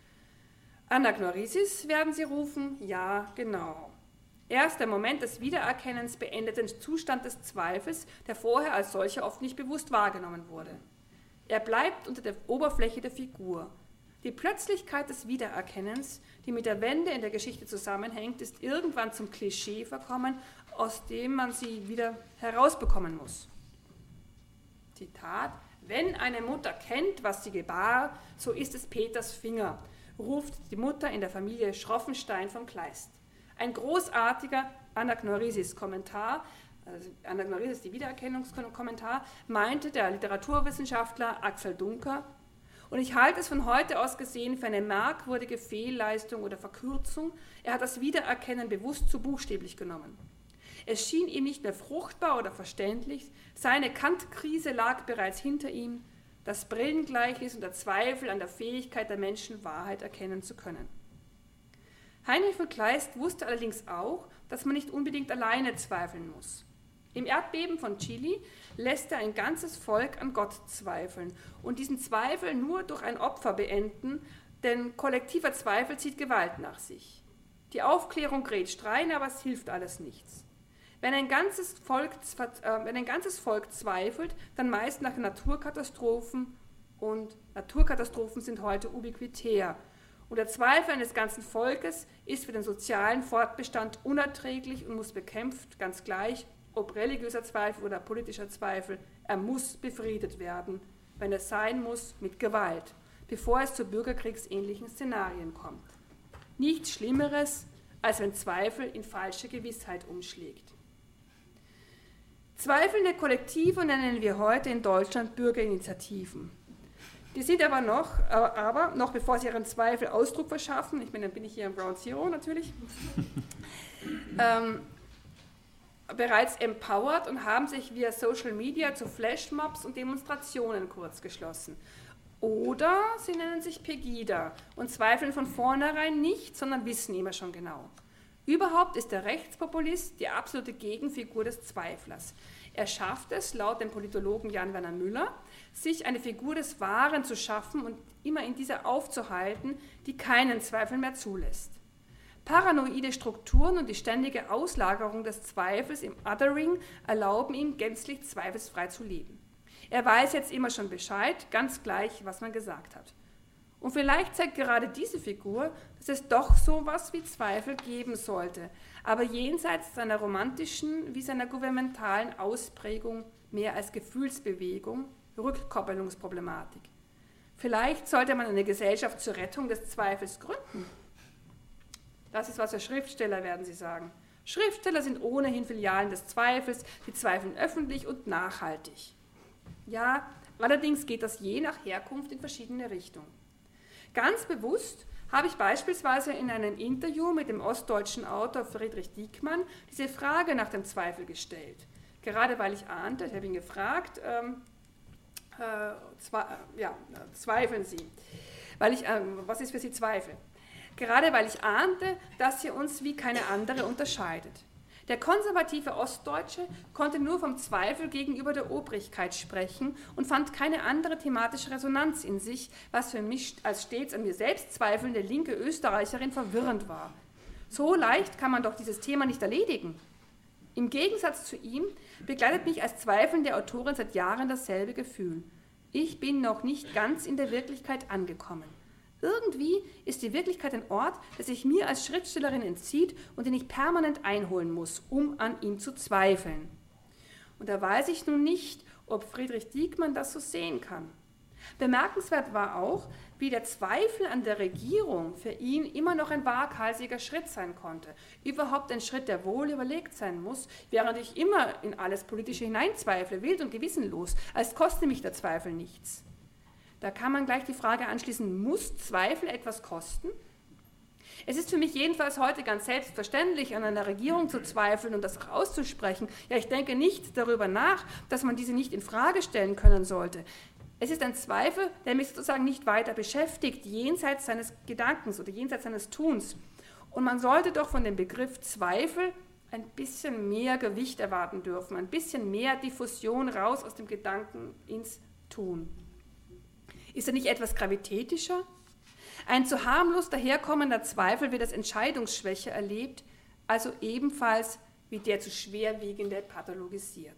Anagnorisis werden sie rufen, ja, genau. Erst der Moment des Wiedererkennens beendet den Zustand des Zweifels, der vorher als solcher oft nicht bewusst wahrgenommen wurde. Er bleibt unter der Oberfläche der Figur. Die Plötzlichkeit des Wiedererkennens, die mit der Wende in der Geschichte zusammenhängt, ist irgendwann zum Klischee verkommen, aus dem man sie wieder herausbekommen muss. Zitat: Wenn eine Mutter kennt, was sie gebar, so ist es Peters Finger, ruft die Mutter in der Familie Schroffenstein vom Kleist. Ein großartiger Anagnorisis-Kommentar, also Anagnorisis, die Wiedererkennungskommentar, meinte der Literaturwissenschaftler Axel Dunker. Und ich halte es von heute aus gesehen für eine merkwürdige Fehlleistung oder Verkürzung. Er hat das Wiedererkennen bewusst zu buchstäblich genommen. Es schien ihm nicht mehr fruchtbar oder verständlich, seine Kant-Krise lag bereits hinter ihm, das Brillengleichnis und der Zweifel an der Fähigkeit der Menschen, Wahrheit erkennen zu können. Heinrich von Kleist wusste allerdings auch, dass man nicht unbedingt alleine zweifeln muss. Im Erdbeben von Chile lässt er ein ganzes Volk an Gott zweifeln und diesen Zweifel nur durch ein Opfer beenden, denn kollektiver Zweifel zieht Gewalt nach sich. Die Aufklärung grätscht rein, aber es hilft alles nichts. Wenn ein ganzes Volk, äh, wenn ein ganzes Volk zweifelt, dann meist nach Naturkatastrophen, und Naturkatastrophen sind heute ubiquitär. Und der Zweifel eines ganzen Volkes ist für den sozialen Fortbestand unerträglich und muss bekämpft, ganz gleich, ob religiöser Zweifel oder politischer Zweifel, er muss befriedet werden, wenn es sein muss, mit Gewalt, bevor es zu bürgerkriegsähnlichen Szenarien kommt. Nichts Schlimmeres, als wenn Zweifel in falsche Gewissheit umschlägt. Zweifelnde Kollektive nennen wir heute in Deutschland Bürgerinitiativen. Die sind aber noch, aber noch bevor sie ihren Zweifel Ausdruck verschaffen, ich meine, dann bin ich hier im Ground Zero natürlich, ähm, bereits empowered und haben sich via Social Media zu Flashmobs und Demonstrationen kurzgeschlossen. Oder sie nennen sich Pegida und zweifeln von vornherein nicht, sondern wissen immer schon genau. Überhaupt ist der Rechtspopulist die absolute Gegenfigur des Zweiflers. Er schafft es, laut dem Politologen Jan-Werner Müller, sich eine Figur des Wahren zu schaffen und immer in dieser aufzuhalten, die keinen Zweifel mehr zulässt. Paranoide Strukturen und die ständige Auslagerung des Zweifels im Othering erlauben ihm, gänzlich zweifelsfrei zu leben. Er weiß jetzt immer schon Bescheid, ganz gleich, was man gesagt hat. Und vielleicht zeigt gerade diese Figur, dass es doch so etwas wie Zweifel geben sollte, aber jenseits seiner romantischen wie seiner gouvernementalen Ausprägung mehr als Gefühlsbewegung, Rückkoppelungsproblematik. Vielleicht sollte man eine Gesellschaft zur Rettung des Zweifels gründen. Das ist was für Schriftsteller, werden Sie sagen. Schriftsteller sind ohnehin Filialen des Zweifels, die zweifeln öffentlich und nachhaltig. Ja, allerdings geht das je nach Herkunft in verschiedene Richtungen. Ganz bewusst habe ich beispielsweise in einem Interview mit dem ostdeutschen Autor Friedrich Diekmann diese Frage nach dem Zweifel gestellt. Gerade weil ich ahnte, ich habe ihn gefragt, ähm, äh, zwe- ja, zweifeln Sie? Weil ich, äh, was ist für Sie Zweifel? Gerade weil ich ahnte, dass sie uns wie keine andere unterscheidet. Der konservative Ostdeutsche konnte nur vom Zweifel gegenüber der Obrigkeit sprechen und fand keine andere thematische Resonanz in sich, was für mich als stets an mir selbst zweifelnde linke Österreicherin verwirrend war. So leicht kann man doch dieses Thema nicht erledigen. Im Gegensatz zu ihm begleitet mich als zweifelnde Autorin seit Jahren dasselbe Gefühl. Ich bin noch nicht ganz in der Wirklichkeit angekommen. Irgendwie ist die Wirklichkeit ein Ort, der sich mir als Schriftstellerin entzieht und den ich permanent einholen muss, um an ihm zu zweifeln. Und da weiß ich nun nicht, ob Friedrich Diekmann das so sehen kann. Bemerkenswert war auch, wie der Zweifel an der Regierung für ihn immer noch ein waghalsiger Schritt sein konnte. Überhaupt ein Schritt, der wohl überlegt sein muss, während ich immer in alles Politische hineinzweifle, wild und gewissenlos, als koste mich der Zweifel nichts. Da kann man gleich die Frage anschließen, muss Zweifel etwas kosten? Es ist für mich jedenfalls heute ganz selbstverständlich, an einer Regierung zu zweifeln und das auch auszusprechen. Ja, ich denke nicht darüber nach, dass man diese nicht in Frage stellen können sollte. Es ist ein Zweifel, der mich sozusagen nicht weiter beschäftigt, jenseits seines Gedankens oder jenseits seines Tuns. Und man sollte doch von dem Begriff Zweifel ein bisschen mehr Gewicht erwarten dürfen, ein bisschen mehr Diffusion raus aus dem Gedanken ins Tun. Ist er nicht etwas gravitätischer? Ein zu harmlos daherkommender Zweifel wird als Entscheidungsschwäche erlebt, also ebenfalls wie der zu schwerwiegende pathologisiert.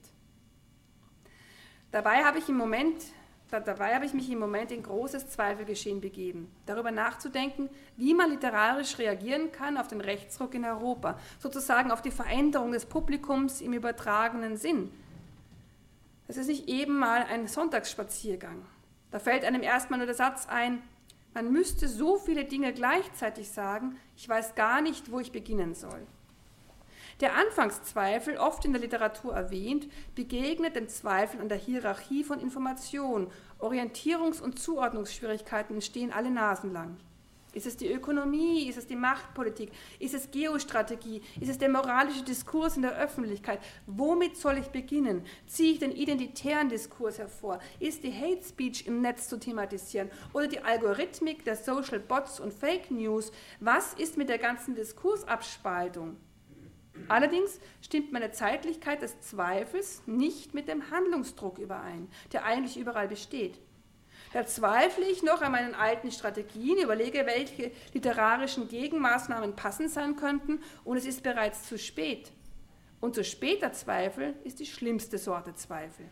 Dabei habe ich im Moment... Dabei habe ich mich im Moment in großes Zweifelgeschehen begeben, darüber nachzudenken, wie man literarisch reagieren kann auf den Rechtsruck in Europa, sozusagen auf die Veränderung des Publikums im übertragenen Sinn. Das ist nicht eben mal ein Sonntagsspaziergang. Da fällt einem erstmal nur der Satz ein, man müsste so viele Dinge gleichzeitig sagen, ich weiß gar nicht, wo ich beginnen soll. Der Anfangszweifel, oft in der Literatur erwähnt, begegnet dem Zweifel an der Hierarchie von Information. Orientierungs- und Zuordnungsschwierigkeiten entstehen alle Nasen lang. Ist es die Ökonomie? Ist es die Machtpolitik? Ist es Geostrategie? Ist es der moralische Diskurs in der Öffentlichkeit? Womit soll ich beginnen? Ziehe ich den identitären Diskurs hervor? Ist die Hate Speech im Netz zu thematisieren? Oder die Algorithmik der Social Bots und Fake News? Was ist mit der ganzen Diskursabspaltung? Allerdings stimmt meine Zeitlichkeit des Zweifels nicht mit dem Handlungsdruck überein, der eigentlich überall besteht. Da zweifle ich noch an meinen alten Strategien, überlege, welche literarischen Gegenmaßnahmen passend sein könnten, und es ist bereits zu spät. Und zu später Zweifel ist die schlimmste Sorte Zweifel.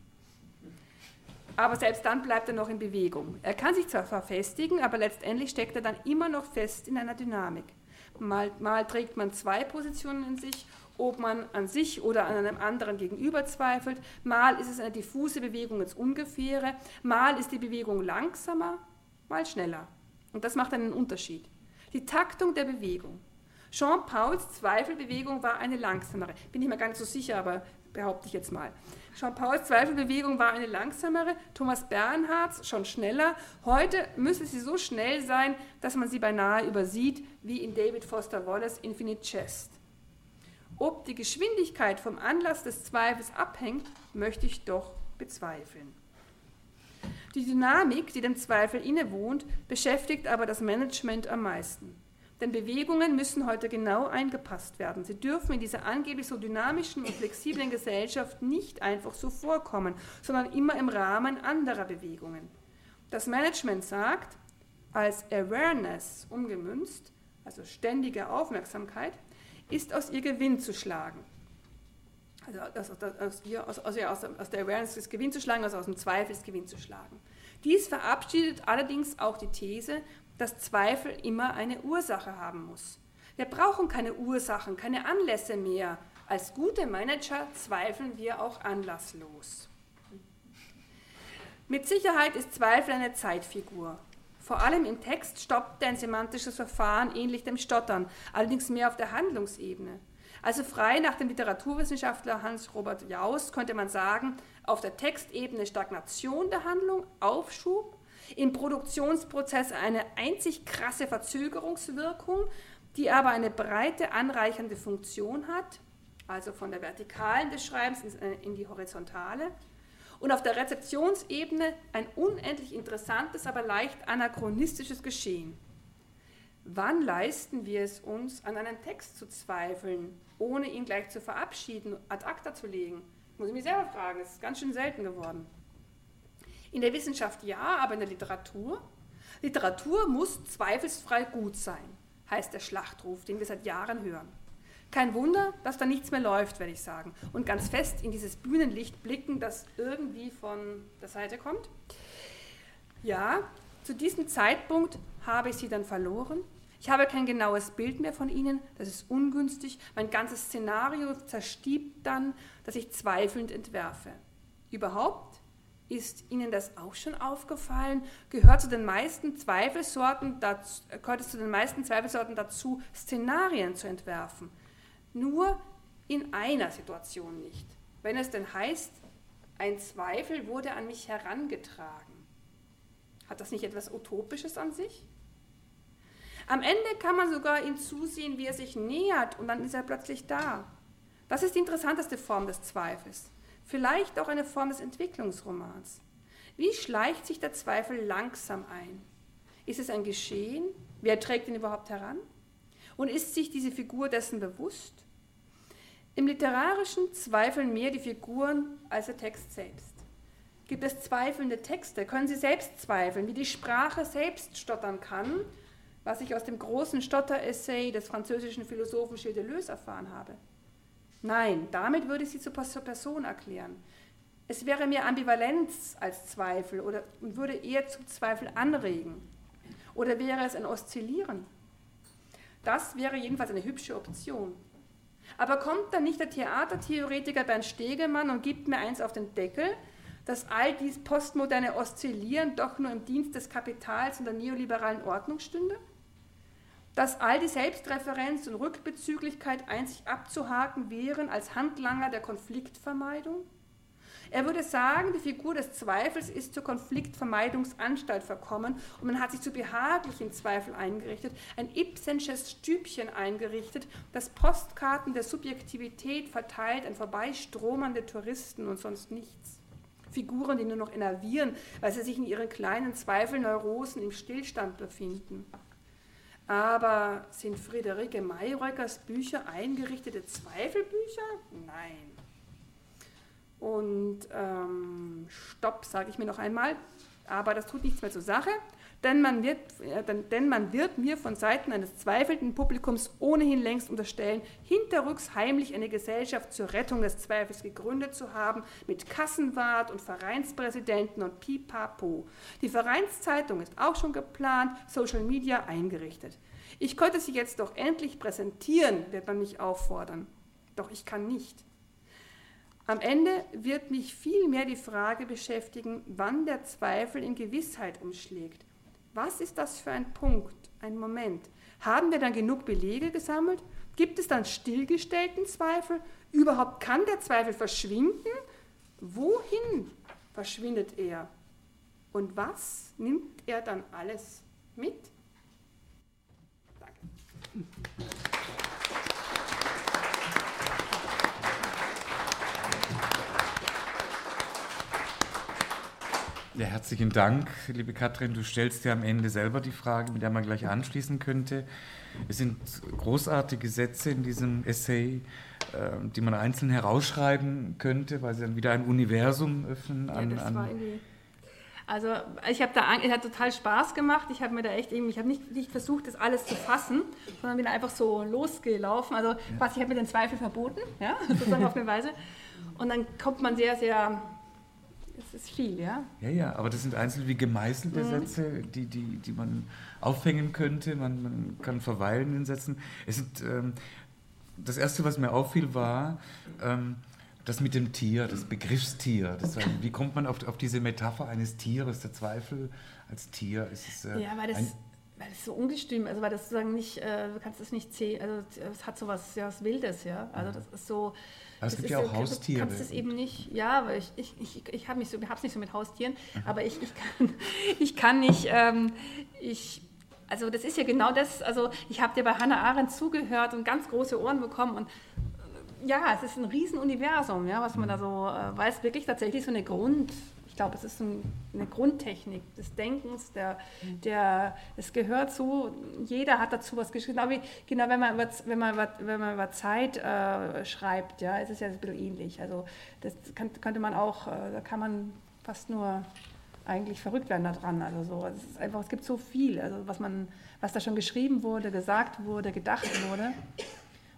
Aber selbst dann bleibt er noch in Bewegung. Er kann sich zwar verfestigen, aber letztendlich steckt er dann immer noch fest in einer Dynamik. Mal, mal trägt man zwei Positionen in sich, ob man an sich oder an einem anderen gegenüber zweifelt. Mal ist es eine diffuse Bewegung ins Ungefähre. Mal ist die Bewegung langsamer, mal schneller. Und das macht einen Unterschied. Die Taktung der Bewegung. Jean Pauls Zweifelbewegung war eine langsamere. Bin ich mir gar nicht so sicher, aber behaupte ich jetzt mal. Jean Pauls Zweifelbewegung war eine langsamere, Thomas Bernhards schon schneller. Heute müsste sie so schnell sein, dass man sie beinahe übersieht, wie in David Foster Wallace' Infinite Jest. Ob die Geschwindigkeit vom Anlass des Zweifels abhängt, möchte ich doch bezweifeln. Die Dynamik, die dem Zweifel innewohnt, beschäftigt aber das Management am meisten. Denn Bewegungen müssen heute genau eingepasst werden. Sie dürfen in dieser angeblich so dynamischen und flexiblen Gesellschaft nicht einfach so vorkommen, sondern immer im Rahmen anderer Bewegungen. Das Management sagt, als Awareness umgemünzt, also ständige Aufmerksamkeit, ist aus ihr Gewinn zu schlagen. Also aus, aus, ihr, aus, aus, aus, aus der Awareness ist Gewinn zu schlagen, also aus dem Zweifel ist Gewinn zu schlagen. Dies verabschiedet allerdings auch die These, dass Zweifel immer eine Ursache haben muss. Wir brauchen keine Ursachen, keine Anlässe mehr. Als gute Manager zweifeln wir auch anlasslos. Mit Sicherheit ist Zweifel eine Zeitfigur. Vor allem im Text stoppt ein semantisches Verfahren ähnlich dem Stottern, allerdings mehr auf der Handlungsebene. Also frei nach dem Literaturwissenschaftler Hans-Robert Jauss könnte man sagen, auf der Textebene Stagnation der Handlung, Aufschub, im Produktionsprozess eine einzig krasse Verzögerungswirkung, die aber eine breite anreichernde Funktion hat, also von der Vertikalen des Schreibens in die Horizontale, und auf der Rezeptionsebene ein unendlich interessantes, aber leicht anachronistisches Geschehen. Wann leisten wir es uns, an einem Text zu zweifeln, ohne ihn gleich zu verabschieden, ad acta zu legen? Muss ich mich selber fragen, das ist ganz schön selten geworden. In der Wissenschaft ja, aber in der Literatur? Literatur muss zweifelsfrei gut sein, heißt der Schlachtruf, den wir seit Jahren hören. Kein Wunder, dass da nichts mehr läuft, werde ich sagen. Und ganz fest in dieses Bühnenlicht blicken, das irgendwie von der Seite kommt. Ja, zu diesem Zeitpunkt habe ich sie dann verloren. Ich habe kein genaues Bild mehr von ihnen, das ist ungünstig. Mein ganzes Szenario zerstiebt dann, dass ich zweifelnd entwerfe. Überhaupt ist Ihnen das auch schon aufgefallen? Gehört zu den meisten Zweifelsorten dazu, gehört es zu den meisten Zweifelsorten dazu, Szenarien zu entwerfen? Nur in einer Situation nicht. Wenn es denn heißt, ein Zweifel wurde an mich herangetragen. Hat das nicht etwas Utopisches an sich? Am Ende kann man sogar ihm zusehen, wie er sich nähert und dann ist er plötzlich da. Das ist die interessanteste Form des Zweifels. Vielleicht auch eine Form des Entwicklungsromans. Wie schleicht sich der Zweifel langsam ein? Ist es ein Geschehen? Wer trägt ihn überhaupt heran? Und ist sich diese Figur dessen bewusst? Im Literarischen zweifeln mehr die Figuren als der Text selbst. Gibt es zweifelnde Texte? Können sie selbst zweifeln, wie die Sprache selbst stottern kann, was ich aus dem großen Stotter-Essay des französischen Philosophen Gilles Deleuze erfahren habe? Nein, damit würde ich sie zur Person erklären. Es wäre mehr Ambivalenz als Zweifel oder und würde eher zum Zweifel anregen. Oder wäre es ein Oszillieren? Das wäre jedenfalls eine hübsche Option. Aber kommt dann nicht der Theatertheoretiker Bernd Stegemann und gibt mir eins auf den Deckel, dass all dies postmoderne Oszillieren doch nur im Dienst des Kapitals und der neoliberalen Ordnung stünde? Dass all die Selbstreferenz und Rückbezüglichkeit einzig abzuhaken wären als Handlanger der Konfliktvermeidung? Er würde sagen, die Figur des Zweifels ist zur Konfliktvermeidungsanstalt verkommen und man hat sich zu behaglichen Zweifel eingerichtet, ein Ibsensches Stübchen eingerichtet, das Postkarten der Subjektivität verteilt an vorbeistromernde Touristen und sonst nichts. Figuren, die nur noch enervieren, weil sie sich in ihren kleinen Zweifelneurosen im Stillstand befinden. Aber sind Friederike Mayröckers Bücher eingerichtete Zweifelbücher? Nein. Und ähm, stopp, sage ich mir noch einmal, aber das tut nichts mehr zur Sache, denn man, wird, äh, denn man wird mir von Seiten eines zweifelnden Publikums ohnehin längst unterstellen, hinterrücks heimlich eine Gesellschaft zur Rettung des Zweifels gegründet zu haben, mit Kassenwart und Vereinspräsidenten und Pipapo. Die Vereinszeitung ist auch schon geplant, Social Media eingerichtet. Ich könnte sie jetzt doch endlich präsentieren, wird man mich auffordern. Doch ich kann nicht. Am Ende wird mich vielmehr die Frage beschäftigen, wann der Zweifel in Gewissheit umschlägt. Was ist das für ein Punkt, ein Moment? Haben wir dann genug Belege gesammelt? Gibt es dann stillgestellten Zweifel? Überhaupt kann der Zweifel verschwinden? Wohin verschwindet er? Und was nimmt er dann alles mit? Danke. Ja, herzlichen Dank, liebe Katrin. Du stellst ja am Ende selber die Frage, mit der man gleich anschließen könnte. Es sind großartige Sätze in diesem Essay, die man einzeln herausschreiben könnte, weil sie dann wieder ein Universum öffnen. An, ja, das an war irgendwie... Also ich habe da, es hat total Spaß gemacht. Ich habe mir da echt eben, ich habe nicht, nicht versucht, das alles zu fassen, sondern bin einfach so losgelaufen. Also quasi, ich habe mir den Zweifel verboten, ja, sozusagen auf eine Weise. Und dann kommt man sehr, sehr... Das ist viel, ja? Ja, ja, aber das sind einzeln wie gemeißelte mhm. Sätze, die, die, die man aufhängen könnte. Man, man kann verweilen in den Sätzen. Es sind, ähm, das Erste, was mir auffiel, war ähm, das mit dem Tier, das Begriffstier. Das war, wie kommt man auf, auf diese Metapher eines Tieres, der Zweifel als Tier? Es ist, äh, ja, weil das, ein, weil das so ungestüm, also weil das sozusagen nicht, äh, du kannst das nicht sehen, also es hat so was, ja, was Wildes, ja. Also das ist so... Aber es gibt ja auch so, Haustiere. Du kannst es eben nicht, ja, aber ich, ich, ich, ich habe es so, nicht so mit Haustieren, mhm. aber ich, ich, kann, ich kann nicht, ähm, ich, also das ist ja genau das, also ich habe dir bei Hannah Arendt zugehört und ganz große Ohren bekommen und ja, es ist ein Riesenuniversum, ja, was man da so, äh, weil es wirklich tatsächlich so eine Grund, ich glaube, es ist ein, eine Grundtechnik des Denkens, der, der, es gehört zu, jeder hat dazu was geschrieben, genau, wie, genau wenn, man über, wenn, man über, wenn man über Zeit äh, schreibt, ja, es ist ja ein bisschen ähnlich, also das kann, könnte man auch, äh, da kann man fast nur eigentlich verrückt werden da dran, also so, es ist einfach, es gibt so viel, also was man, was da schon geschrieben wurde, gesagt wurde, gedacht wurde.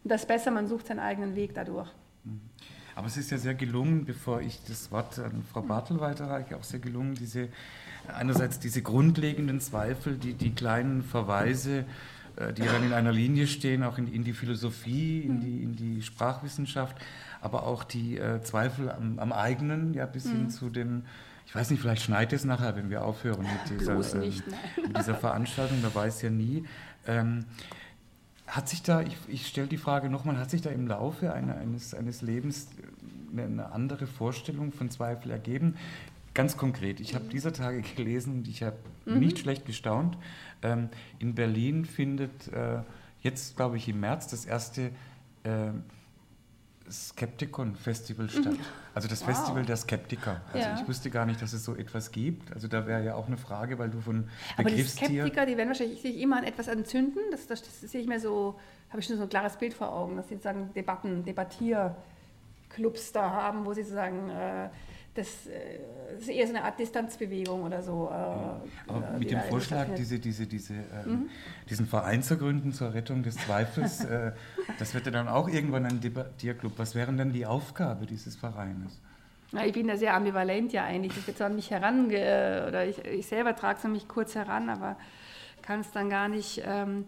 Und das ist besser, man sucht seinen eigenen Weg dadurch. Aber es ist ja sehr gelungen, bevor ich das Wort an Frau Bartel weiterreiche, auch sehr gelungen, diese, einerseits diese grundlegenden Zweifel, die, die kleinen Verweise, die dann in einer Linie stehen, auch in, in die Philosophie, in die, in die Sprachwissenschaft, aber auch die äh, Zweifel am, am eigenen, ja, bis hin mhm. zu dem, ich weiß nicht, vielleicht schneit es nachher, wenn wir aufhören mit dieser, Bloß nicht, ähm, mit dieser Veranstaltung, da weiß ja nie. Ähm, Hat sich da, ich, ich stelle die Frage nochmal, hat sich da im Laufe eine, eines, eines Lebens eine, eine andere Vorstellung von Zweifel ergeben? Ganz konkret, ich habe dieser Tage gelesen und ich habe mhm. nicht schlecht gestaunt. Ähm, in Berlin findet äh, jetzt, glaube ich, im März das erste äh, Skeptikon-Festival statt. Mhm. Also das wow. Festival der Skeptiker. Also ja. ich wusste gar nicht, dass es so etwas gibt. Also da wäre ja auch eine Frage, weil du von Aber die Skeptiker, die werden wahrscheinlich sich immer an etwas entzünden. Das, das, das sehe ich mir so, habe ich schon so ein klares Bild vor Augen, dass sie sozusagen Debatten, Debattierclubs da haben, wo sie sozusagen äh, das, das ist eher so eine Art Distanzbewegung oder so. Äh, Aber mit dem Vorschlag, diese, diese, diese, äh, mhm. diesen Verein zu gründen zur Rettung des Zweifels, äh, das wird ja dann auch irgendwann ein Debattierclub. Was wäre denn die Aufgabe dieses Vereines? Ja, ich bin da sehr ambivalent ja eigentlich. Ich wird so an mich herange... oder ich, ich selber trage es an mich kurz heran, aber kann es dann gar nicht... Ähm,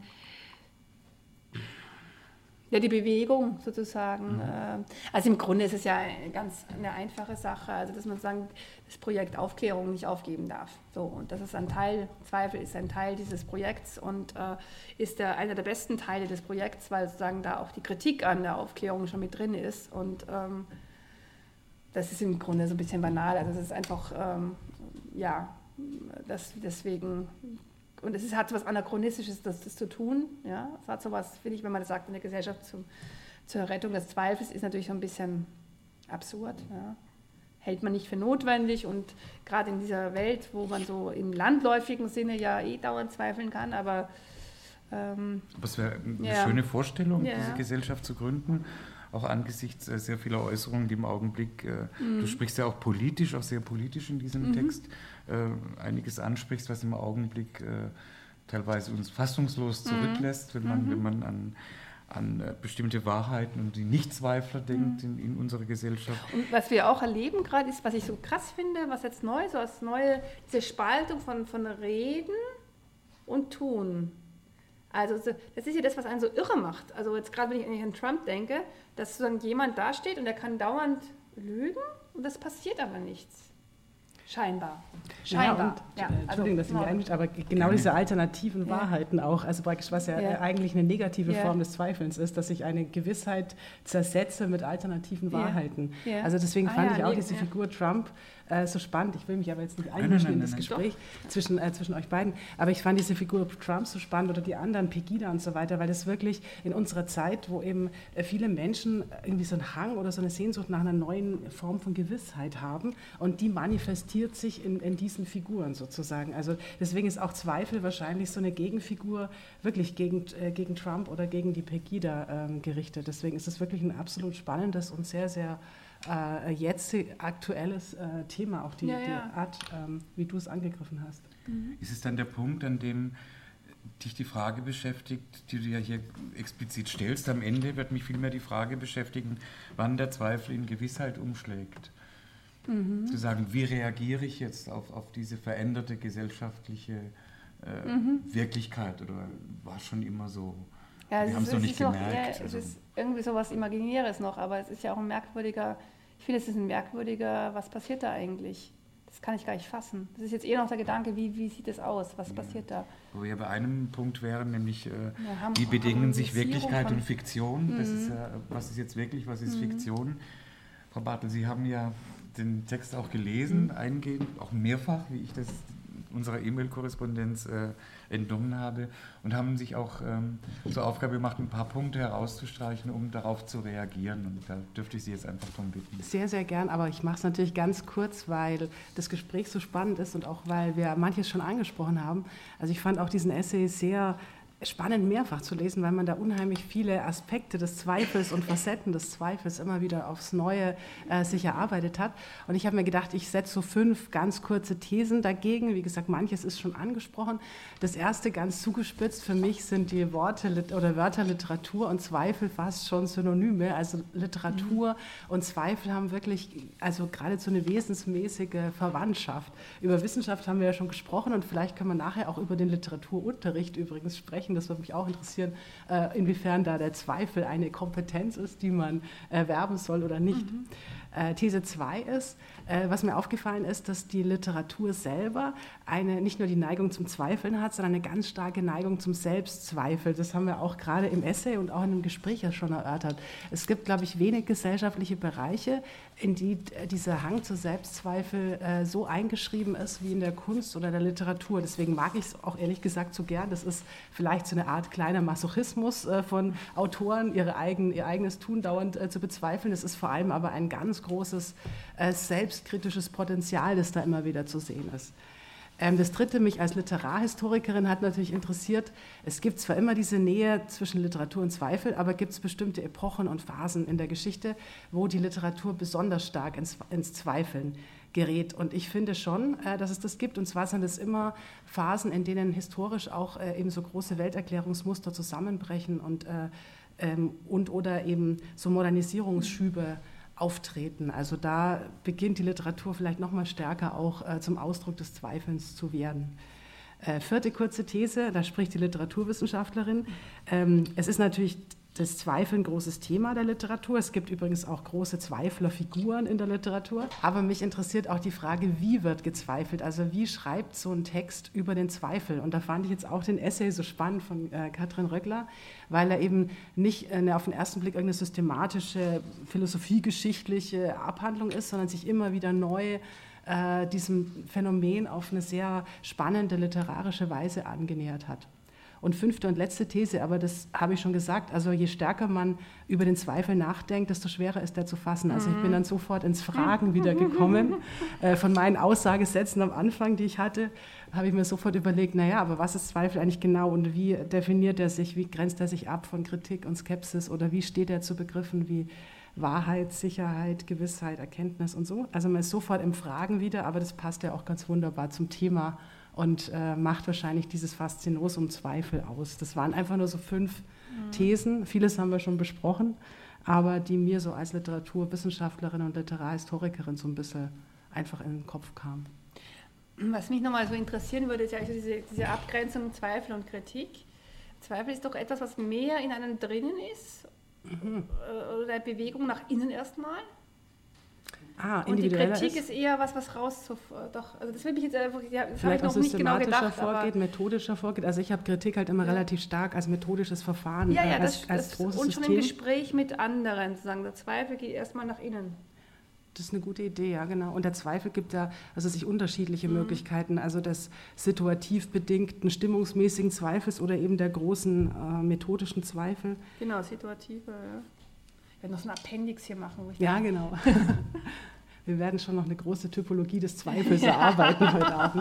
Ja, die Bewegung sozusagen. Mhm. Also im Grunde ist es ja eine ganz eine einfache Sache, also dass man sagen, das Projekt Aufklärung nicht aufgeben darf. So, und das ist ein Teil, Zweifel ist ein Teil dieses Projekts und äh, ist der, einer der besten Teile des Projekts, weil sozusagen da auch die Kritik an der Aufklärung schon mit drin ist. Und ähm, das ist im Grunde so ein bisschen banal. Also es ist einfach, ähm, ja, das, deswegen... Und es ist, hat so was Anachronistisches, das, das zu tun. Ja? Es hat so was, finde ich, wenn man das sagt, in der Gesellschaft zum, zur Rettung des Zweifels, ist natürlich so ein bisschen absurd. Ja? Hält man nicht für notwendig und gerade in dieser Welt, wo man so im landläufigen Sinne ja eh dauernd zweifeln kann, aber... Ähm, aber es wäre eine ja. schöne Vorstellung, ja. diese Gesellschaft zu gründen, auch angesichts äh, sehr vieler Äußerungen, die im Augenblick, äh, mhm. du sprichst ja auch politisch, auch sehr politisch in diesem mhm. Text, äh, einiges ansprichst, was im Augenblick äh, teilweise uns fassungslos zurücklässt, mhm. wenn man, mhm. wenn man an, an äh, bestimmte Wahrheiten und die Nichtzweifler denkt mhm. in, in unserer Gesellschaft. Und was wir auch erleben gerade ist, was ich so krass finde, was jetzt neu, so als neue, diese Spaltung von, von Reden und Tun. Also das ist ja das, was einen so irre macht. Also jetzt gerade, wenn ich an Trump denke, dass sozusagen jemand dasteht und der kann dauernd lügen und das passiert aber nichts. Scheinbar. Scheinbar. Ja, und, ja, also, Entschuldigung, dass ich mich einmische, aber genau diese alternativen ja. Wahrheiten auch, also praktisch, was ja, ja. eigentlich eine negative ja. Form des Zweifelns ist, dass ich eine Gewissheit zersetze mit alternativen ja. Wahrheiten. Ja. Also deswegen ah, fand ja, ich auch nee, diese ja. Figur Trump äh, so spannend. Ich will mich aber jetzt nicht einmischen in das nein, Gespräch zwischen, äh, zwischen euch beiden, aber ich fand diese Figur Trump so spannend oder die anderen, Pegida und so weiter, weil das wirklich in unserer Zeit, wo eben äh, viele Menschen irgendwie so einen Hang oder so eine Sehnsucht nach einer neuen Form von Gewissheit haben und die manifestiert sich in, in diesen Figuren sozusagen. Also deswegen ist auch Zweifel wahrscheinlich so eine Gegenfigur wirklich gegen, äh, gegen Trump oder gegen die Pegida ähm, gerichtet. Deswegen ist es wirklich ein absolut spannendes und sehr, sehr äh, jetzt aktuelles äh, Thema, auch die, ja, ja. die Art, ähm, wie du es angegriffen hast. Mhm. Ist es dann der Punkt, an dem dich die Frage beschäftigt, die du ja hier explizit stellst? Am Ende wird mich vielmehr die Frage beschäftigen, wann der Zweifel in Gewissheit umschlägt. Mhm. Zu sagen, wie reagiere ich jetzt auf, auf diese veränderte gesellschaftliche äh, mhm. Wirklichkeit oder war schon immer so? Ja, wir haben es noch nicht gemerkt. Noch, ja, es also. ist irgendwie so was Imaginäres noch, aber es ist ja auch ein merkwürdiger, ich finde, es ist ein merkwürdiger, was passiert da eigentlich? Das kann ich gar nicht fassen. Das ist jetzt eher noch der Gedanke, wie, wie sieht es aus, was ja. passiert da? Wo wir bei einem Punkt wären, nämlich äh, ja, haben, wie bedingen sich Wirklichkeit und Fiktion? Mhm. Das ist ja, was ist jetzt wirklich, was ist mhm. Fiktion? Frau Bartel, Sie haben ja den Text auch gelesen, mhm. eingehend, auch mehrfach, wie ich das unserer E-Mail-Korrespondenz äh, entnommen habe und haben sich auch ähm, zur Aufgabe gemacht, ein paar Punkte herauszustreichen, um darauf zu reagieren. Und da dürfte ich Sie jetzt einfach darum bitten. Sehr, sehr gern, aber ich mache es natürlich ganz kurz, weil das Gespräch so spannend ist und auch weil wir manches schon angesprochen haben. Also ich fand auch diesen Essay sehr spannend mehrfach zu lesen, weil man da unheimlich viele Aspekte des Zweifels und Facetten des Zweifels immer wieder aufs Neue äh, sich erarbeitet hat. Und ich habe mir gedacht, ich setze so fünf ganz kurze Thesen dagegen. Wie gesagt, manches ist schon angesprochen. Das erste, ganz zugespitzt, für mich sind die Worte oder Wörter Literatur und Zweifel fast schon Synonyme. Also Literatur mhm. und Zweifel haben wirklich, also geradezu eine wesensmäßige Verwandtschaft. Über Wissenschaft haben wir ja schon gesprochen und vielleicht können wir nachher auch über den Literaturunterricht übrigens sprechen. Das würde mich auch interessieren, äh, inwiefern da der Zweifel eine Kompetenz ist, die man erwerben soll oder nicht. Mhm. Äh, These zwei ist, äh, was mir aufgefallen ist, dass die Literatur selber eine, nicht nur die Neigung zum Zweifeln hat, sondern eine ganz starke Neigung zum Selbstzweifel. Das haben wir auch gerade im Essay und auch in dem Gespräch ja schon erörtert. Es gibt, glaube ich, wenig gesellschaftliche Bereiche, in die dieser Hang zu Selbstzweifel äh, so eingeschrieben ist wie in der Kunst oder der Literatur. Deswegen mag ich es auch ehrlich gesagt so gern. Das ist vielleicht so eine Art kleiner Masochismus äh, von Autoren, ihre eigen, ihr eigenes Tun dauernd äh, zu bezweifeln. Es ist vor allem aber ein ganz großes äh, selbstkritisches Potenzial, das da immer wieder zu sehen ist. Ähm, das Dritte, mich als Literarhistorikerin hat natürlich interessiert, es gibt zwar immer diese Nähe zwischen Literatur und Zweifel, aber gibt es bestimmte Epochen und Phasen in der Geschichte, wo die Literatur besonders stark ins, ins Zweifeln gerät. Und ich finde schon, äh, dass es das gibt. Und zwar sind es immer Phasen, in denen historisch auch äh, eben so große Welterklärungsmuster zusammenbrechen und, äh, ähm, und oder eben so Modernisierungsschübe auftreten. Also da beginnt die Literatur vielleicht noch mal stärker auch äh, zum Ausdruck des Zweifelns zu werden. Äh, vierte kurze These, da spricht die Literaturwissenschaftlerin. Ähm, es ist natürlich das Zweifeln ein großes Thema der Literatur. Es gibt übrigens auch große Zweiflerfiguren in der Literatur. Aber mich interessiert auch die Frage, wie wird gezweifelt? Also wie schreibt so ein Text über den Zweifel? Und da fand ich jetzt auch den Essay so spannend von äh, Katrin Röckler, weil er eben nicht eine, auf den ersten Blick irgendeine systematische, philosophiegeschichtliche Abhandlung ist, sondern sich immer wieder neu äh, diesem Phänomen auf eine sehr spannende literarische Weise angenähert hat. Und fünfte und letzte These, aber das habe ich schon gesagt, also je stärker man über den Zweifel nachdenkt, desto schwerer ist der zu fassen. Also ich bin dann sofort ins Fragen wieder gekommen. Äh, von meinen Aussagesätzen am Anfang, die ich hatte, habe ich mir sofort überlegt, naja, aber was ist Zweifel eigentlich genau und wie definiert er sich, wie grenzt er sich ab von Kritik und Skepsis oder wie steht er zu Begriffen wie Wahrheit, Sicherheit, Gewissheit, Erkenntnis und so. Also man ist sofort im Fragen wieder, aber das passt ja auch ganz wunderbar zum Thema und äh, macht wahrscheinlich dieses Faszinosum Zweifel aus. Das waren einfach nur so fünf mhm. Thesen, vieles haben wir schon besprochen, aber die mir so als Literaturwissenschaftlerin und Literarhistorikerin so ein bisschen einfach in den Kopf kamen. Was mich nochmal so interessieren würde, ist ja also diese, diese Abgrenzung Zweifel und Kritik. Zweifel ist doch etwas, was mehr in einem drinnen ist, mhm. oder eine Bewegung nach innen erstmal. Ah, und die Kritik ist, ist eher was, was raus, doch, also das will ich jetzt einfach, ja, das vielleicht habe ich noch nicht genau gedacht. Vorgeht, methodischer vorgeht, also ich habe Kritik halt immer ja. relativ stark als methodisches Verfahren, ja, ja, äh, als, das, als das, großes und schon System. im Gespräch mit anderen, sozusagen, der Zweifel geht erstmal nach innen. Das ist eine gute Idee, ja, genau. Und der Zweifel gibt ja also sich unterschiedliche mhm. Möglichkeiten, also des situativ bedingten, stimmungsmäßigen Zweifels oder eben der großen äh, methodischen Zweifel. Genau, situative, ja. Ich werde noch so ein Appendix hier machen. Wo ich ja, genau. Wir werden schon noch eine große Typologie des Zweifels erarbeiten heute Abend.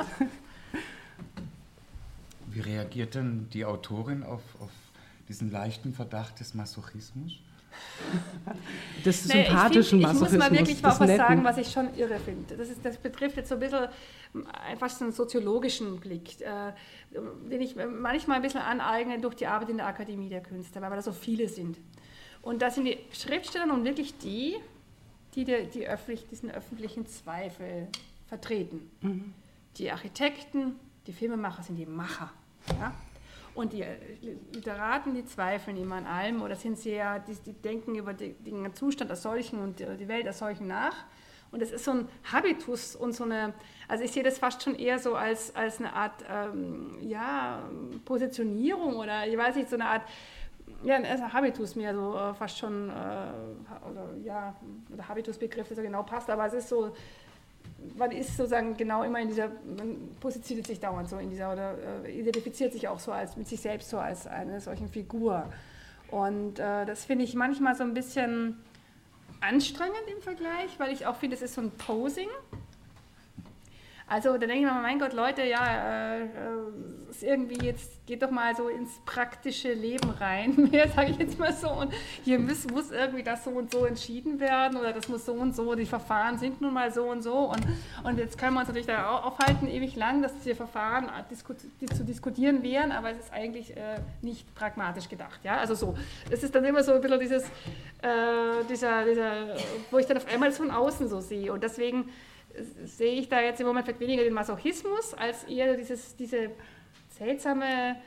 Wie reagiert denn die Autorin auf, auf diesen leichten Verdacht des Masochismus? Des naja, sympathischen ich find, Masochismus. Ich muss mal wirklich auch was Netten. sagen, was ich schon irre finde. Das, ist, das betrifft jetzt so ein bisschen einfach so einen soziologischen Blick, äh, den ich manchmal ein bisschen aneigne durch die Arbeit in der Akademie der Künste, weil da so viele sind. Und da sind die Schriftsteller nun wirklich die, die, die, die öffentlich, diesen öffentlichen Zweifel vertreten. Mhm. Die Architekten, die Filmemacher sind die Macher. Ja? Und die Literaten, die zweifeln immer an allem oder sind sehr, die, die denken über die, den Zustand als solchen und die Welt als solchen nach. Und das ist so ein Habitus und so eine, also ich sehe das fast schon eher so als, als eine Art ähm, ja, Positionierung oder ich weiß nicht, so eine Art, ja, ein Habitus mehr so äh, fast schon, äh, oder ja, der Habitusbegriff, der so genau passt, aber es ist so, man ist sozusagen genau immer in dieser, man positioniert sich dauernd so in dieser, oder äh, identifiziert sich auch so als, mit sich selbst so als eine solche Figur. Und äh, das finde ich manchmal so ein bisschen anstrengend im Vergleich, weil ich auch finde, es ist so ein Posing. Also da denke ich mir, mein Gott, Leute, ja, äh, ist irgendwie jetzt, geht doch mal so ins praktische Leben rein, mehr sage ich jetzt mal so. Und hier muss, muss irgendwie das so und so entschieden werden oder das muss so und so, die Verfahren sind nun mal so und so. Und, und jetzt können wir uns natürlich da aufhalten, ewig lang, dass diese Verfahren disku- die zu diskutieren wären, aber es ist eigentlich äh, nicht pragmatisch gedacht. Ja? Also so, es ist dann immer so ein bisschen dieses, äh, dieser, dieser, wo ich dann auf einmal von außen so sehe. Und deswegen sehe ich da jetzt im Moment vielleicht weniger den Masochismus, als eher dieses, diese seltsame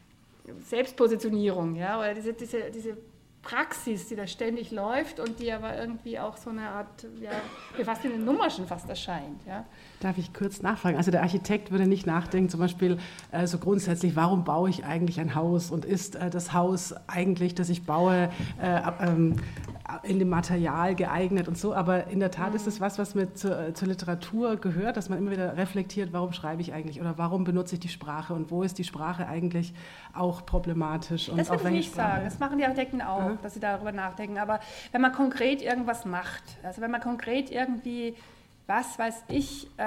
Selbstpositionierung, ja, oder diese, diese, diese Praxis, die da ständig läuft und die aber irgendwie auch so eine Art, ja, fast in den Nummerschen fast erscheint. Ja. Darf ich kurz nachfragen? Also der Architekt würde nicht nachdenken, zum Beispiel äh, so grundsätzlich, warum baue ich eigentlich ein Haus und ist äh, das Haus eigentlich, das ich baue, äh, ähm, in dem Material geeignet und so, aber in der Tat mhm. ist es was, was mit zur, zur Literatur gehört, dass man immer wieder reflektiert, warum schreibe ich eigentlich oder warum benutze ich die Sprache und wo ist die Sprache eigentlich auch problematisch. Und das würde ich nicht Sprache? sagen, das machen die Architekten auch, mhm. dass sie darüber nachdenken, aber wenn man konkret irgendwas macht, also wenn man konkret irgendwie, was weiß ich, äh,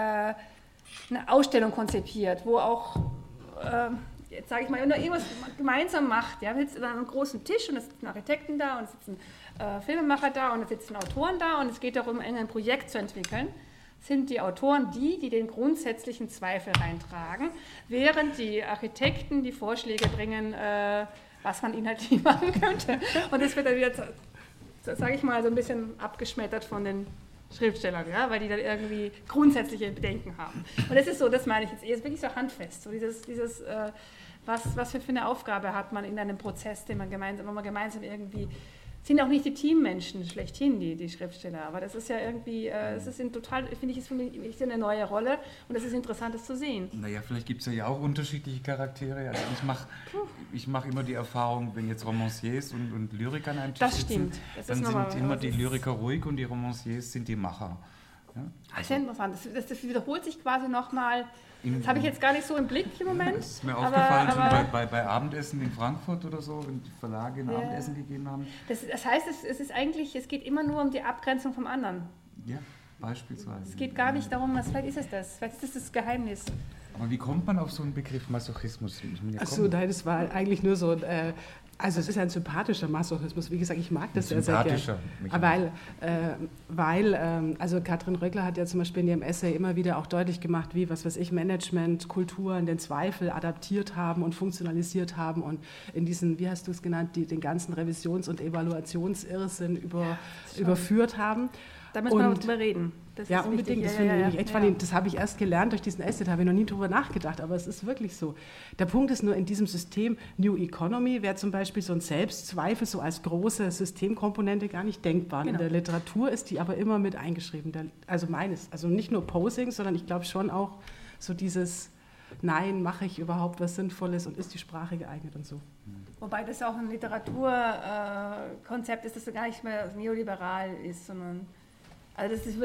eine Ausstellung konzipiert, wo auch, äh, jetzt sage ich mal, irgendwas gemeinsam macht, ja, wir sitzen an einem großen Tisch und es sitzen Architekten da und es sitzen äh, Filmemacher da und es sitzen Autoren da und es geht darum, ein Projekt zu entwickeln, sind die Autoren die, die den grundsätzlichen Zweifel reintragen, während die Architekten die Vorschläge bringen, äh, was man inhaltlich machen könnte. Und das wird dann wieder, sage ich mal, so ein bisschen abgeschmettert von den Schriftstellern, ja, weil die dann irgendwie grundsätzliche Bedenken haben. Und das ist so, das meine ich jetzt eher, ist wirklich so handfest, so dieses, dieses äh, was, was für eine Aufgabe hat man in einem Prozess, den man gemeinsam, wo man gemeinsam irgendwie, sind auch nicht die Teammenschen schlechthin, die, die Schriftsteller, aber das ist ja irgendwie, äh, das ist ein total, finde ich, ist für mich eine neue Rolle und das ist interessant, das zu sehen. Naja, vielleicht gibt es ja auch unterschiedliche Charaktere. Also ich mache ich mach immer die Erfahrung, wenn jetzt Romanciers und, und Lyriker an einem Tisch das sitzen, stimmt. Das dann normal, sind immer die Lyriker ruhig und die Romanciers sind die Macher. Ja? Das ist ja interessant, das, das, das wiederholt sich quasi nochmal. Das habe ich jetzt gar nicht so im Blick im Moment. Das ist mir aber, aufgefallen, aber, schon bei, bei, bei Abendessen in Frankfurt oder so, wenn die Verlage ein ja. Abendessen gegeben haben. Das, das heißt, es, es ist eigentlich, es geht immer nur um die Abgrenzung vom anderen. Ja, beispielsweise. Es geht gar nicht darum, was, vielleicht ist es das, vielleicht ist das das Geheimnis. Aber wie kommt man auf so einen Begriff Masochismus? Achso, nein, das war eigentlich nur so, äh, also es ist ein sympathischer Masochismus. Wie gesagt, ich mag das sehr, sehr gerne. Weil, äh, weil ähm, also Katrin Röckler hat ja zum Beispiel in ihrem Essay immer wieder auch deutlich gemacht, wie, was weiß ich, Management, Kulturen den Zweifel adaptiert haben und funktionalisiert haben und in diesen, wie hast du es genannt, die, den ganzen Revisions- und Evaluationsirrsinn über, überführt haben. Da müssen wir auch drüber reden. Das ja, ist unbedingt. Das, ja, ja, ja. echt ja. das habe ich erst gelernt durch diesen Essay, da habe ich noch nie drüber nachgedacht, aber es ist wirklich so. Der Punkt ist nur, in diesem System New Economy wäre zum Beispiel so ein Selbstzweifel so als große Systemkomponente gar nicht denkbar. Genau. In der Literatur ist die aber immer mit eingeschrieben. Der, also meines, also nicht nur Posing, sondern ich glaube schon auch so dieses Nein, mache ich überhaupt was Sinnvolles und ist die Sprache geeignet und so. Wobei das auch ein Literaturkonzept äh, ist, das gar nicht mehr neoliberal ist, sondern also das ist,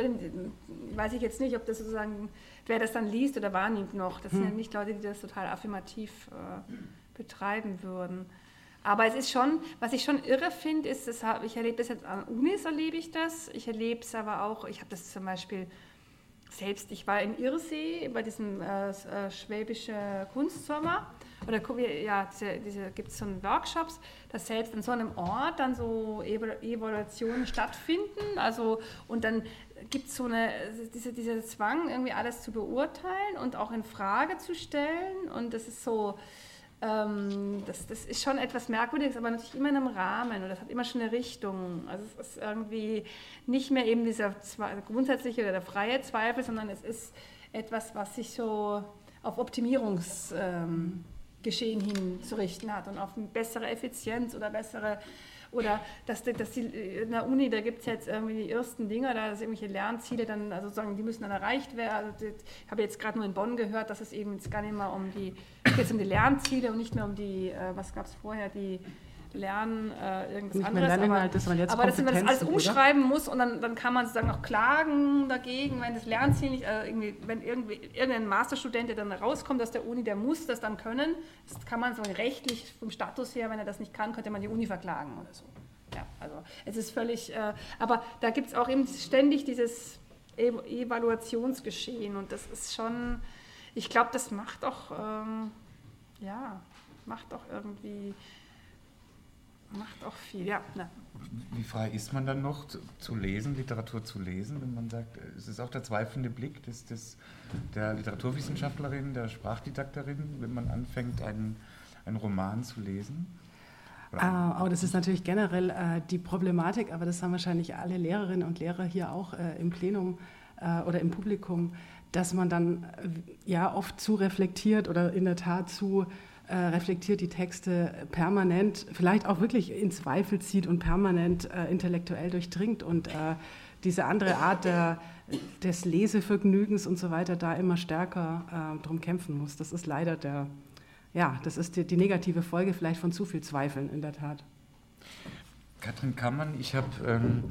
weiß ich jetzt nicht, ob das sozusagen, wer das dann liest oder wahrnimmt noch. Das sind ja nicht Leute, die das total affirmativ äh, betreiben würden. Aber es ist schon, was ich schon irre finde, ist, das hab, ich erlebe das jetzt an Unis, erlebe ich das. Ich erlebe es aber auch, ich habe das zum Beispiel selbst, ich war in Irsee bei diesem äh, äh, schwäbische Kunstsommer. Oder ja, diese, diese, gibt es so einen Workshops, dass selbst an so einem Ort dann so Evaluationen stattfinden. Also, und dann gibt es so eine, diese, dieser Zwang, irgendwie alles zu beurteilen und auch in Frage zu stellen. Und das ist so, ähm, das, das ist schon etwas Merkwürdiges, aber natürlich immer in einem Rahmen und das hat immer schon eine Richtung. Also es ist irgendwie nicht mehr eben dieser grundsätzliche oder der freie Zweifel, sondern es ist etwas, was sich so auf Optimierungs... Ähm, Geschehen hinzurichten hat und auf eine bessere Effizienz oder bessere, oder dass, dass die, in der Uni, da gibt es jetzt irgendwie die ersten Dinge, da sind irgendwelche Lernziele, dann, also sozusagen, die müssen dann erreicht werden. Also ich habe jetzt gerade nur in Bonn gehört, dass es eben jetzt gar nicht mehr um die, jetzt um die Lernziele und nicht mehr um die, was gab es vorher, die Lernen, äh, irgendwas nicht anderes, aber, halt, dass man jetzt aber dass man das alles umschreiben oder? muss und dann, dann kann man sozusagen auch klagen dagegen, wenn das Lernziel nicht, äh, irgendwie, wenn irgendwie, irgendein Masterstudent, der dann rauskommt aus der Uni, der muss das dann können, das kann man so rechtlich vom Status her, wenn er das nicht kann, könnte man die Uni verklagen oder so. Ja, also es ist völlig, äh, aber da gibt es auch eben ständig dieses Ev- Evaluationsgeschehen und das ist schon, ich glaube, das macht auch, ähm, ja, macht auch irgendwie, macht auch viel, ja. Ne. Wie frei ist man dann noch zu, zu lesen, Literatur zu lesen, wenn man sagt, es ist auch der zweifelnde Blick des, des, der Literaturwissenschaftlerin, der Sprachdidakterin, wenn man anfängt, einen, einen Roman zu lesen? Ah, oh, das ist natürlich generell äh, die Problematik, aber das haben wahrscheinlich alle Lehrerinnen und Lehrer hier auch äh, im Plenum äh, oder im Publikum, dass man dann äh, ja oft zu reflektiert oder in der Tat zu äh, reflektiert die Texte permanent, vielleicht auch wirklich in Zweifel zieht und permanent äh, intellektuell durchdringt und äh, diese andere Art der, des Lesevergnügens und so weiter da immer stärker äh, drum kämpfen muss. Das ist leider der Ja, das ist die, die negative Folge vielleicht von zu viel Zweifeln, in der Tat. Katrin Kammann, ich habe ähm,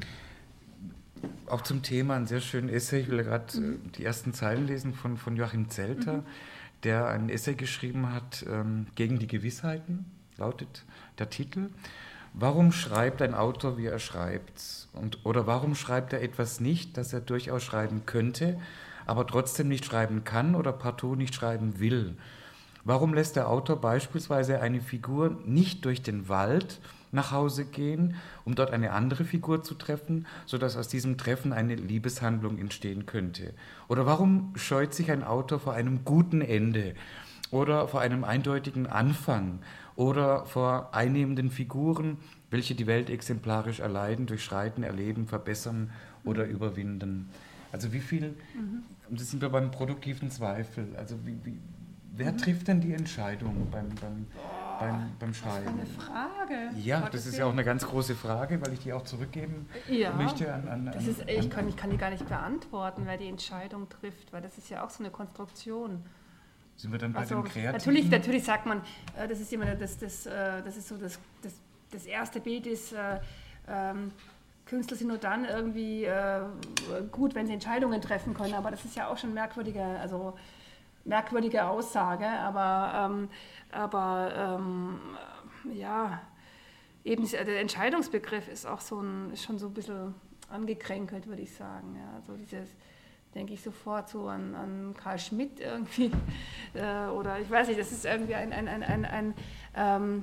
auch zum Thema einen sehr schönen Essay, ich will ja gerade mhm. äh, die ersten Zeilen lesen von, von Joachim Zelter, mhm. der ein Essay geschrieben hat, ähm, Gegen die Gewissheiten, lautet der Titel. Warum schreibt ein Autor, wie er schreibt? Und, oder warum schreibt er etwas nicht, das er durchaus schreiben könnte, aber trotzdem nicht schreiben kann oder partout nicht schreiben will? Warum lässt der Autor beispielsweise eine Figur nicht durch den Wald nach Hause gehen, um dort eine andere Figur zu treffen, sodass aus diesem Treffen eine Liebeshandlung entstehen könnte? Oder warum scheut sich ein Autor vor einem guten Ende oder vor einem eindeutigen Anfang oder vor einnehmenden Figuren, welche die Welt exemplarisch erleiden, durchschreiten, erleben, verbessern oder mhm. überwinden? Also wie viel, mhm. das sind wir beim produktiven Zweifel, also wie, wie Wer trifft denn die Entscheidung beim, beim, oh, beim, beim Schreiben? Das ist eine Frage. Ja, das ist ja auch eine ganz große Frage, weil ich die auch zurückgeben ja, möchte an, an, das ist, ich, kann, ich kann die gar nicht beantworten, wer die Entscheidung trifft, weil das ist ja auch so eine Konstruktion. Sind wir dann bei also, dem Kreativen? Natürlich, natürlich sagt man, das ist immer das, das, das ist so das, das, das erste Bild ist, ähm, Künstler sind nur dann irgendwie äh, gut, wenn sie Entscheidungen treffen können, aber das ist ja auch schon merkwürdige, also merkwürdige Aussage, aber, ähm, aber ähm, ja, eben der Entscheidungsbegriff ist auch so ein, ist schon so ein bisschen angekränkelt, würde ich sagen. Ja, so dieses, denke ich sofort so an, an Karl Schmidt irgendwie, äh, oder ich weiß nicht, das ist irgendwie ein, ein, ein, ein, ein, ähm,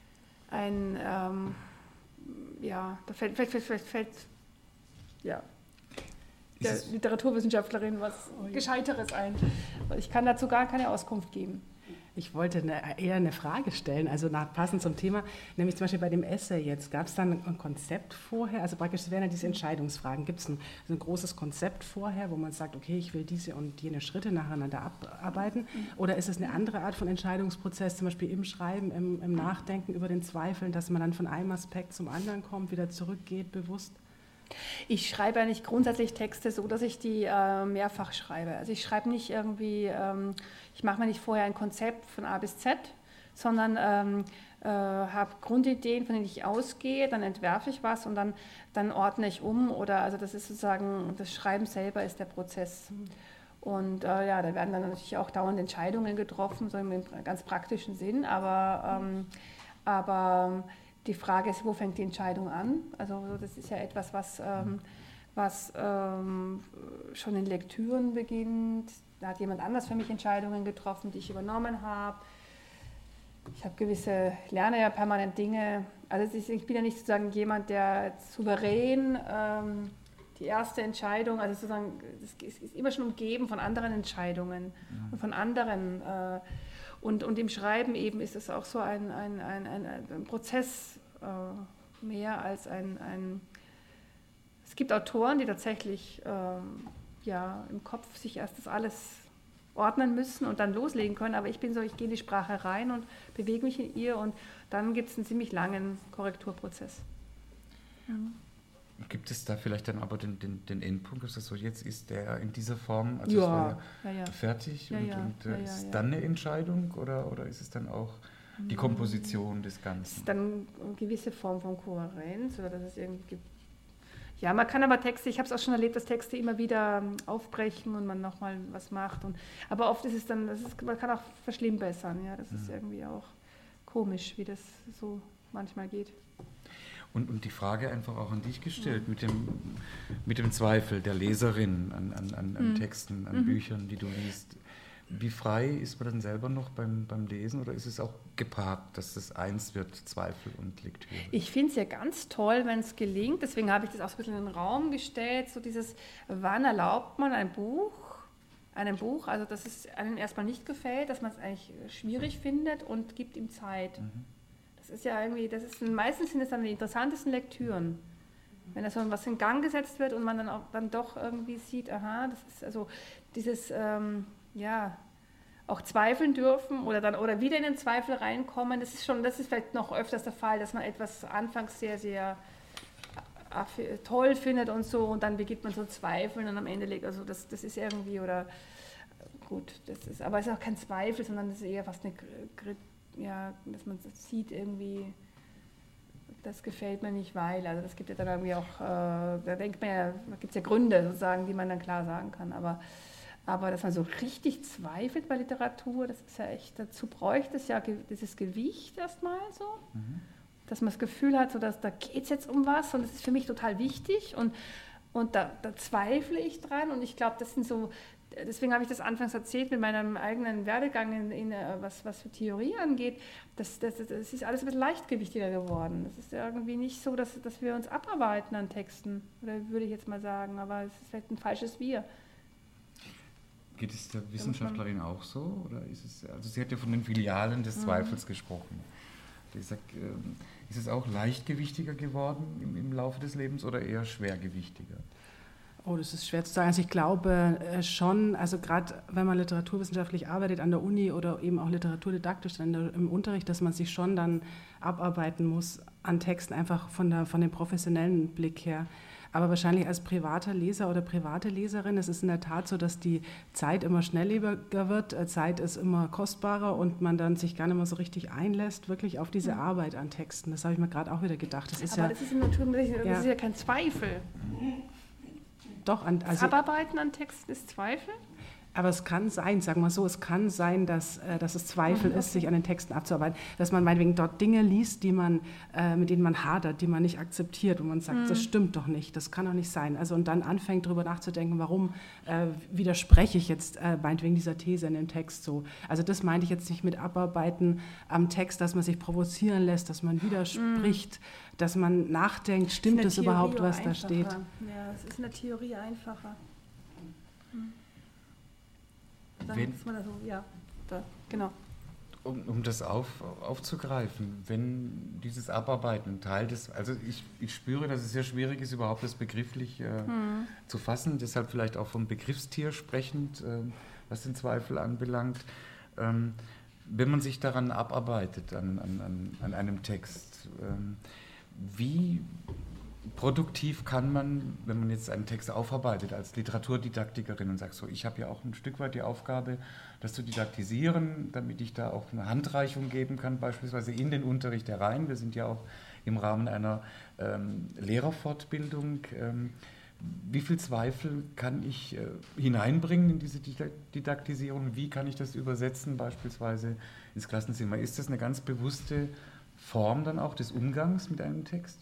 ein ähm, ja, da fällt, fällt, fällt, fällt, fällt ja, der Literaturwissenschaftlerin was Gescheiteres ein. Ich kann dazu gar keine Auskunft geben. Ich wollte eine, eher eine Frage stellen, also nach, passend zum Thema, nämlich zum Beispiel bei dem Essay jetzt, gab es dann ein Konzept vorher, also praktisch, es wären ja diese Entscheidungsfragen, gibt es ein, ein großes Konzept vorher, wo man sagt, okay, ich will diese und jene Schritte nacheinander abarbeiten, oder ist es eine andere Art von Entscheidungsprozess, zum Beispiel im Schreiben, im, im Nachdenken über den Zweifeln, dass man dann von einem Aspekt zum anderen kommt, wieder zurückgeht, bewusst? Ich schreibe eigentlich grundsätzlich Texte so, dass ich die äh, mehrfach schreibe. Also ich schreibe nicht irgendwie, ähm, ich mache mir nicht vorher ein Konzept von A bis Z, sondern ähm, äh, habe Grundideen, von denen ich ausgehe, dann entwerfe ich was und dann, dann ordne ich um. Oder also das ist sozusagen, das Schreiben selber ist der Prozess. Und äh, ja, da werden dann natürlich auch dauernd Entscheidungen getroffen, so im ganz praktischen Sinn, aber, ähm, aber die Frage ist, wo fängt die Entscheidung an? Also das ist ja etwas, was, ähm, was ähm, schon in Lektüren beginnt. Da hat jemand anders für mich Entscheidungen getroffen, die ich übernommen habe. Ich habe gewisse, lerne ja permanent Dinge. Also ist, ich bin ja nicht sozusagen jemand, der souverän ähm, die erste Entscheidung, also sozusagen, das ist immer schon umgeben von anderen Entscheidungen mhm. und von anderen. Äh, Und, und im Schreiben eben ist es auch so ein, ein, ein, ein, ein Prozess äh, mehr als ein, ein... Es gibt Autoren, die tatsächlich ähm, ja, im Kopf sich erst das alles ordnen müssen und dann loslegen können, aber ich bin so, ich gehe in die Sprache rein und bewege mich in ihr und dann gibt es einen ziemlich langen Korrekturprozess. Mhm. Gibt es da vielleicht dann aber den, den, den Endpunkt, dass das so jetzt ist, der in dieser Form, also ja, es war ja, ja. fertig ja, und, ja, und äh, ja, ja, ist ja. dann eine Entscheidung oder, oder ist es dann auch die Komposition des Ganzen? Es ist dann eine gewisse Form von Kohärenz oder dass es irgendwie gibt. Ja, man kann aber Texte, ich habe es auch schon erlebt, dass Texte immer wieder aufbrechen und man nochmal was macht. Und, aber oft ist es dann, das ist, man kann auch verschlimmbessern, ja, das ist mhm. irgendwie auch komisch, wie das so manchmal geht. Und, und die Frage einfach auch an dich gestellt, mit dem, mit dem Zweifel der Leserin an, an, an, an Texten, an mhm. Büchern, die du liest. Wie frei ist man dann selber noch beim, beim Lesen oder ist es auch geparkt, dass das eins wird, Zweifel und Lektüre? Ich finde es ja ganz toll, wenn es gelingt. Deswegen habe ich das auch so ein bisschen in den Raum gestellt, so dieses, wann erlaubt man ein Buch, einem Buch, also dass es einem erstmal nicht gefällt, dass man es eigentlich schwierig findet und gibt ihm Zeit. Mhm. Das ist ja irgendwie, das ist, meistens sind es dann die interessantesten Lektüren. Wenn da so was in Gang gesetzt wird und man dann auch dann doch irgendwie sieht, aha, das ist also dieses, ähm, ja, auch zweifeln dürfen oder dann oder wieder in den Zweifel reinkommen, das ist schon, das ist vielleicht noch öfters der Fall, dass man etwas anfangs sehr, sehr toll findet und so und dann beginnt man so zweifeln und am Ende legt, also das, das ist irgendwie, oder gut, das ist, aber es ist auch kein Zweifel, sondern das ist eher fast eine, ja, dass man sieht irgendwie, das gefällt mir nicht, weil, also das gibt ja dann irgendwie auch, äh, da denkt man ja, da gibt es ja Gründe sozusagen, die man dann klar sagen kann, aber Aber dass man so richtig zweifelt bei Literatur, das ist ja echt, dazu bräuchte es ja dieses Gewicht erstmal so, mhm. dass man das Gefühl hat, so dass, da geht es jetzt um was und das ist für mich total wichtig und, und da, da zweifle ich dran und ich glaube, das sind so, deswegen habe ich das anfangs erzählt mit meinem eigenen Werdegang, in, in, was, was für Theorie angeht, das, das, das ist alles ein bisschen leichtgewichtiger geworden. Das ist irgendwie nicht so, dass, dass wir uns abarbeiten an Texten, oder würde ich jetzt mal sagen, aber es ist vielleicht ein falsches Wir. Geht es der Wissenschaftlerin auch so? Oder ist es, also sie hat ja von den Filialen des Zweifels mhm. gesprochen. Ich sag, ist es auch leichtgewichtiger geworden im, im Laufe des Lebens oder eher schwergewichtiger? Oh, das ist schwer zu sagen. Also ich glaube schon, also gerade wenn man literaturwissenschaftlich arbeitet an der Uni oder eben auch literaturdidaktisch dann im Unterricht, dass man sich schon dann abarbeiten muss an Texten, einfach von, der, von dem professionellen Blick her. Aber wahrscheinlich als privater Leser oder private Leserin, es ist in der Tat so, dass die Zeit immer schnelllebiger wird, Zeit ist immer kostbarer und man dann sich gar nicht mehr so richtig einlässt, wirklich auf diese Arbeit an Texten. Das habe ich mir gerade auch wieder gedacht. Das ist Aber ja, das ist ja natürlich, das ja. ist ja kein Zweifel. Doch, an, also, Abarbeiten an Texten ist Zweifel? Aber es kann sein, sagen wir so, es kann sein, dass, äh, dass es Zweifel okay. ist, sich an den Texten abzuarbeiten, dass man meinetwegen dort Dinge liest, die man, äh, mit denen man hadert, die man nicht akzeptiert, wo man sagt, mhm. das stimmt doch nicht, das kann doch nicht sein. Also und dann anfängt darüber nachzudenken, warum äh, widerspreche ich jetzt äh, meinetwegen dieser These in dem Text so. Also das meinte ich jetzt nicht mit Abarbeiten am Text, dass man sich provozieren lässt, dass man widerspricht, mhm. dass man nachdenkt, stimmt es überhaupt, was einfacher. da steht. Ja, es ist in der Theorie einfacher. Mhm. Dann wenn, ist man da so, ja, da, genau. Um, um das auf, aufzugreifen, wenn dieses Abarbeiten Teil des, also ich, ich spüre, dass es sehr schwierig ist, überhaupt das begrifflich äh, hm. zu fassen, deshalb vielleicht auch vom Begriffstier sprechend, äh, was den Zweifel anbelangt. Ähm, wenn man sich daran abarbeitet, an, an, an einem Text, ähm, wie produktiv kann man, wenn man jetzt einen Text aufarbeitet als Literaturdidaktikerin und sagt, so, ich habe ja auch ein Stück weit die Aufgabe, das zu didaktisieren, damit ich da auch eine Handreichung geben kann, beispielsweise in den Unterricht herein. Wir sind ja auch im Rahmen einer ähm, Lehrerfortbildung. Ähm, wie viel Zweifel kann ich äh, hineinbringen in diese Didaktisierung? Wie kann ich das übersetzen, beispielsweise ins Klassenzimmer? Ist das eine ganz bewusste Form dann auch des Umgangs mit einem Text?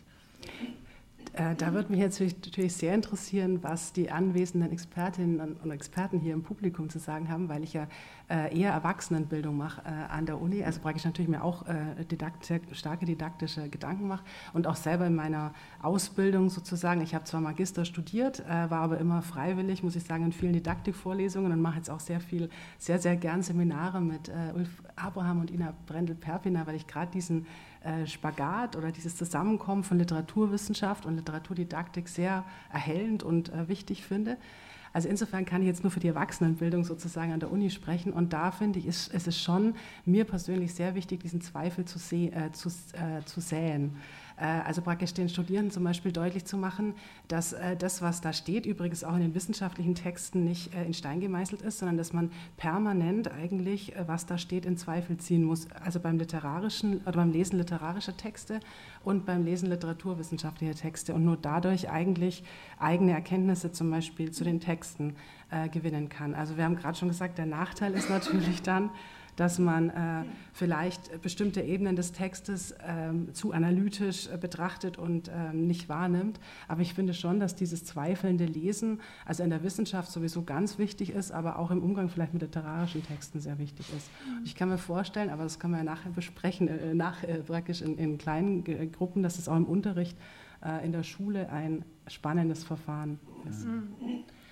Da würde mich jetzt natürlich sehr interessieren, was die anwesenden Expertinnen und Experten hier im Publikum zu sagen haben, weil ich ja eher Erwachsenenbildung mache an der Uni, also praktisch natürlich mir auch didakt, sehr starke didaktische Gedanken mache und auch selber in meiner Ausbildung sozusagen, ich habe zwar Magister studiert, war aber immer freiwillig, muss ich sagen, in vielen Didaktikvorlesungen und mache jetzt auch sehr viel, sehr, sehr gern Seminare mit Ulf Abraham und Ina Brendel-Perpiner, weil ich gerade diesen Spagat oder dieses Zusammenkommen von Literaturwissenschaft und Literaturdidaktik sehr erhellend und äh, wichtig finde. Also insofern kann ich jetzt nur für die Erwachsenenbildung sozusagen an der Uni sprechen und da finde ich, ist, ist es schon mir persönlich sehr wichtig, diesen Zweifel zu, seh, äh, zu, äh, zu säen. Äh, also praktisch den Studierenden zum Beispiel deutlich zu machen, dass äh, das, was da steht, übrigens auch in den wissenschaftlichen Texten nicht äh, in Stein gemeißelt ist, sondern dass man permanent eigentlich, äh, was da steht, in Zweifel ziehen muss. Also beim literarischen oder beim Lesen literarischer Texte und beim Lesen literaturwissenschaftlicher Texte und nur dadurch eigentlich eigene Erkenntnisse zum Beispiel zu den Texten äh, gewinnen kann. Also wir haben gerade schon gesagt, der Nachteil ist natürlich dann, dass man äh, vielleicht bestimmte Ebenen des Textes ähm, zu analytisch äh, betrachtet und ähm, nicht wahrnimmt. Aber ich finde schon, dass dieses zweifelnde Lesen, also in der Wissenschaft sowieso ganz wichtig ist, aber auch im Umgang vielleicht mit literarischen Texten sehr wichtig ist. Ich kann mir vorstellen, aber das kann man ja nachher besprechen, äh, nach, äh, praktisch in, in kleinen G- Gruppen, dass es auch im Unterricht äh, in der Schule ein spannendes Verfahren ist. Mhm.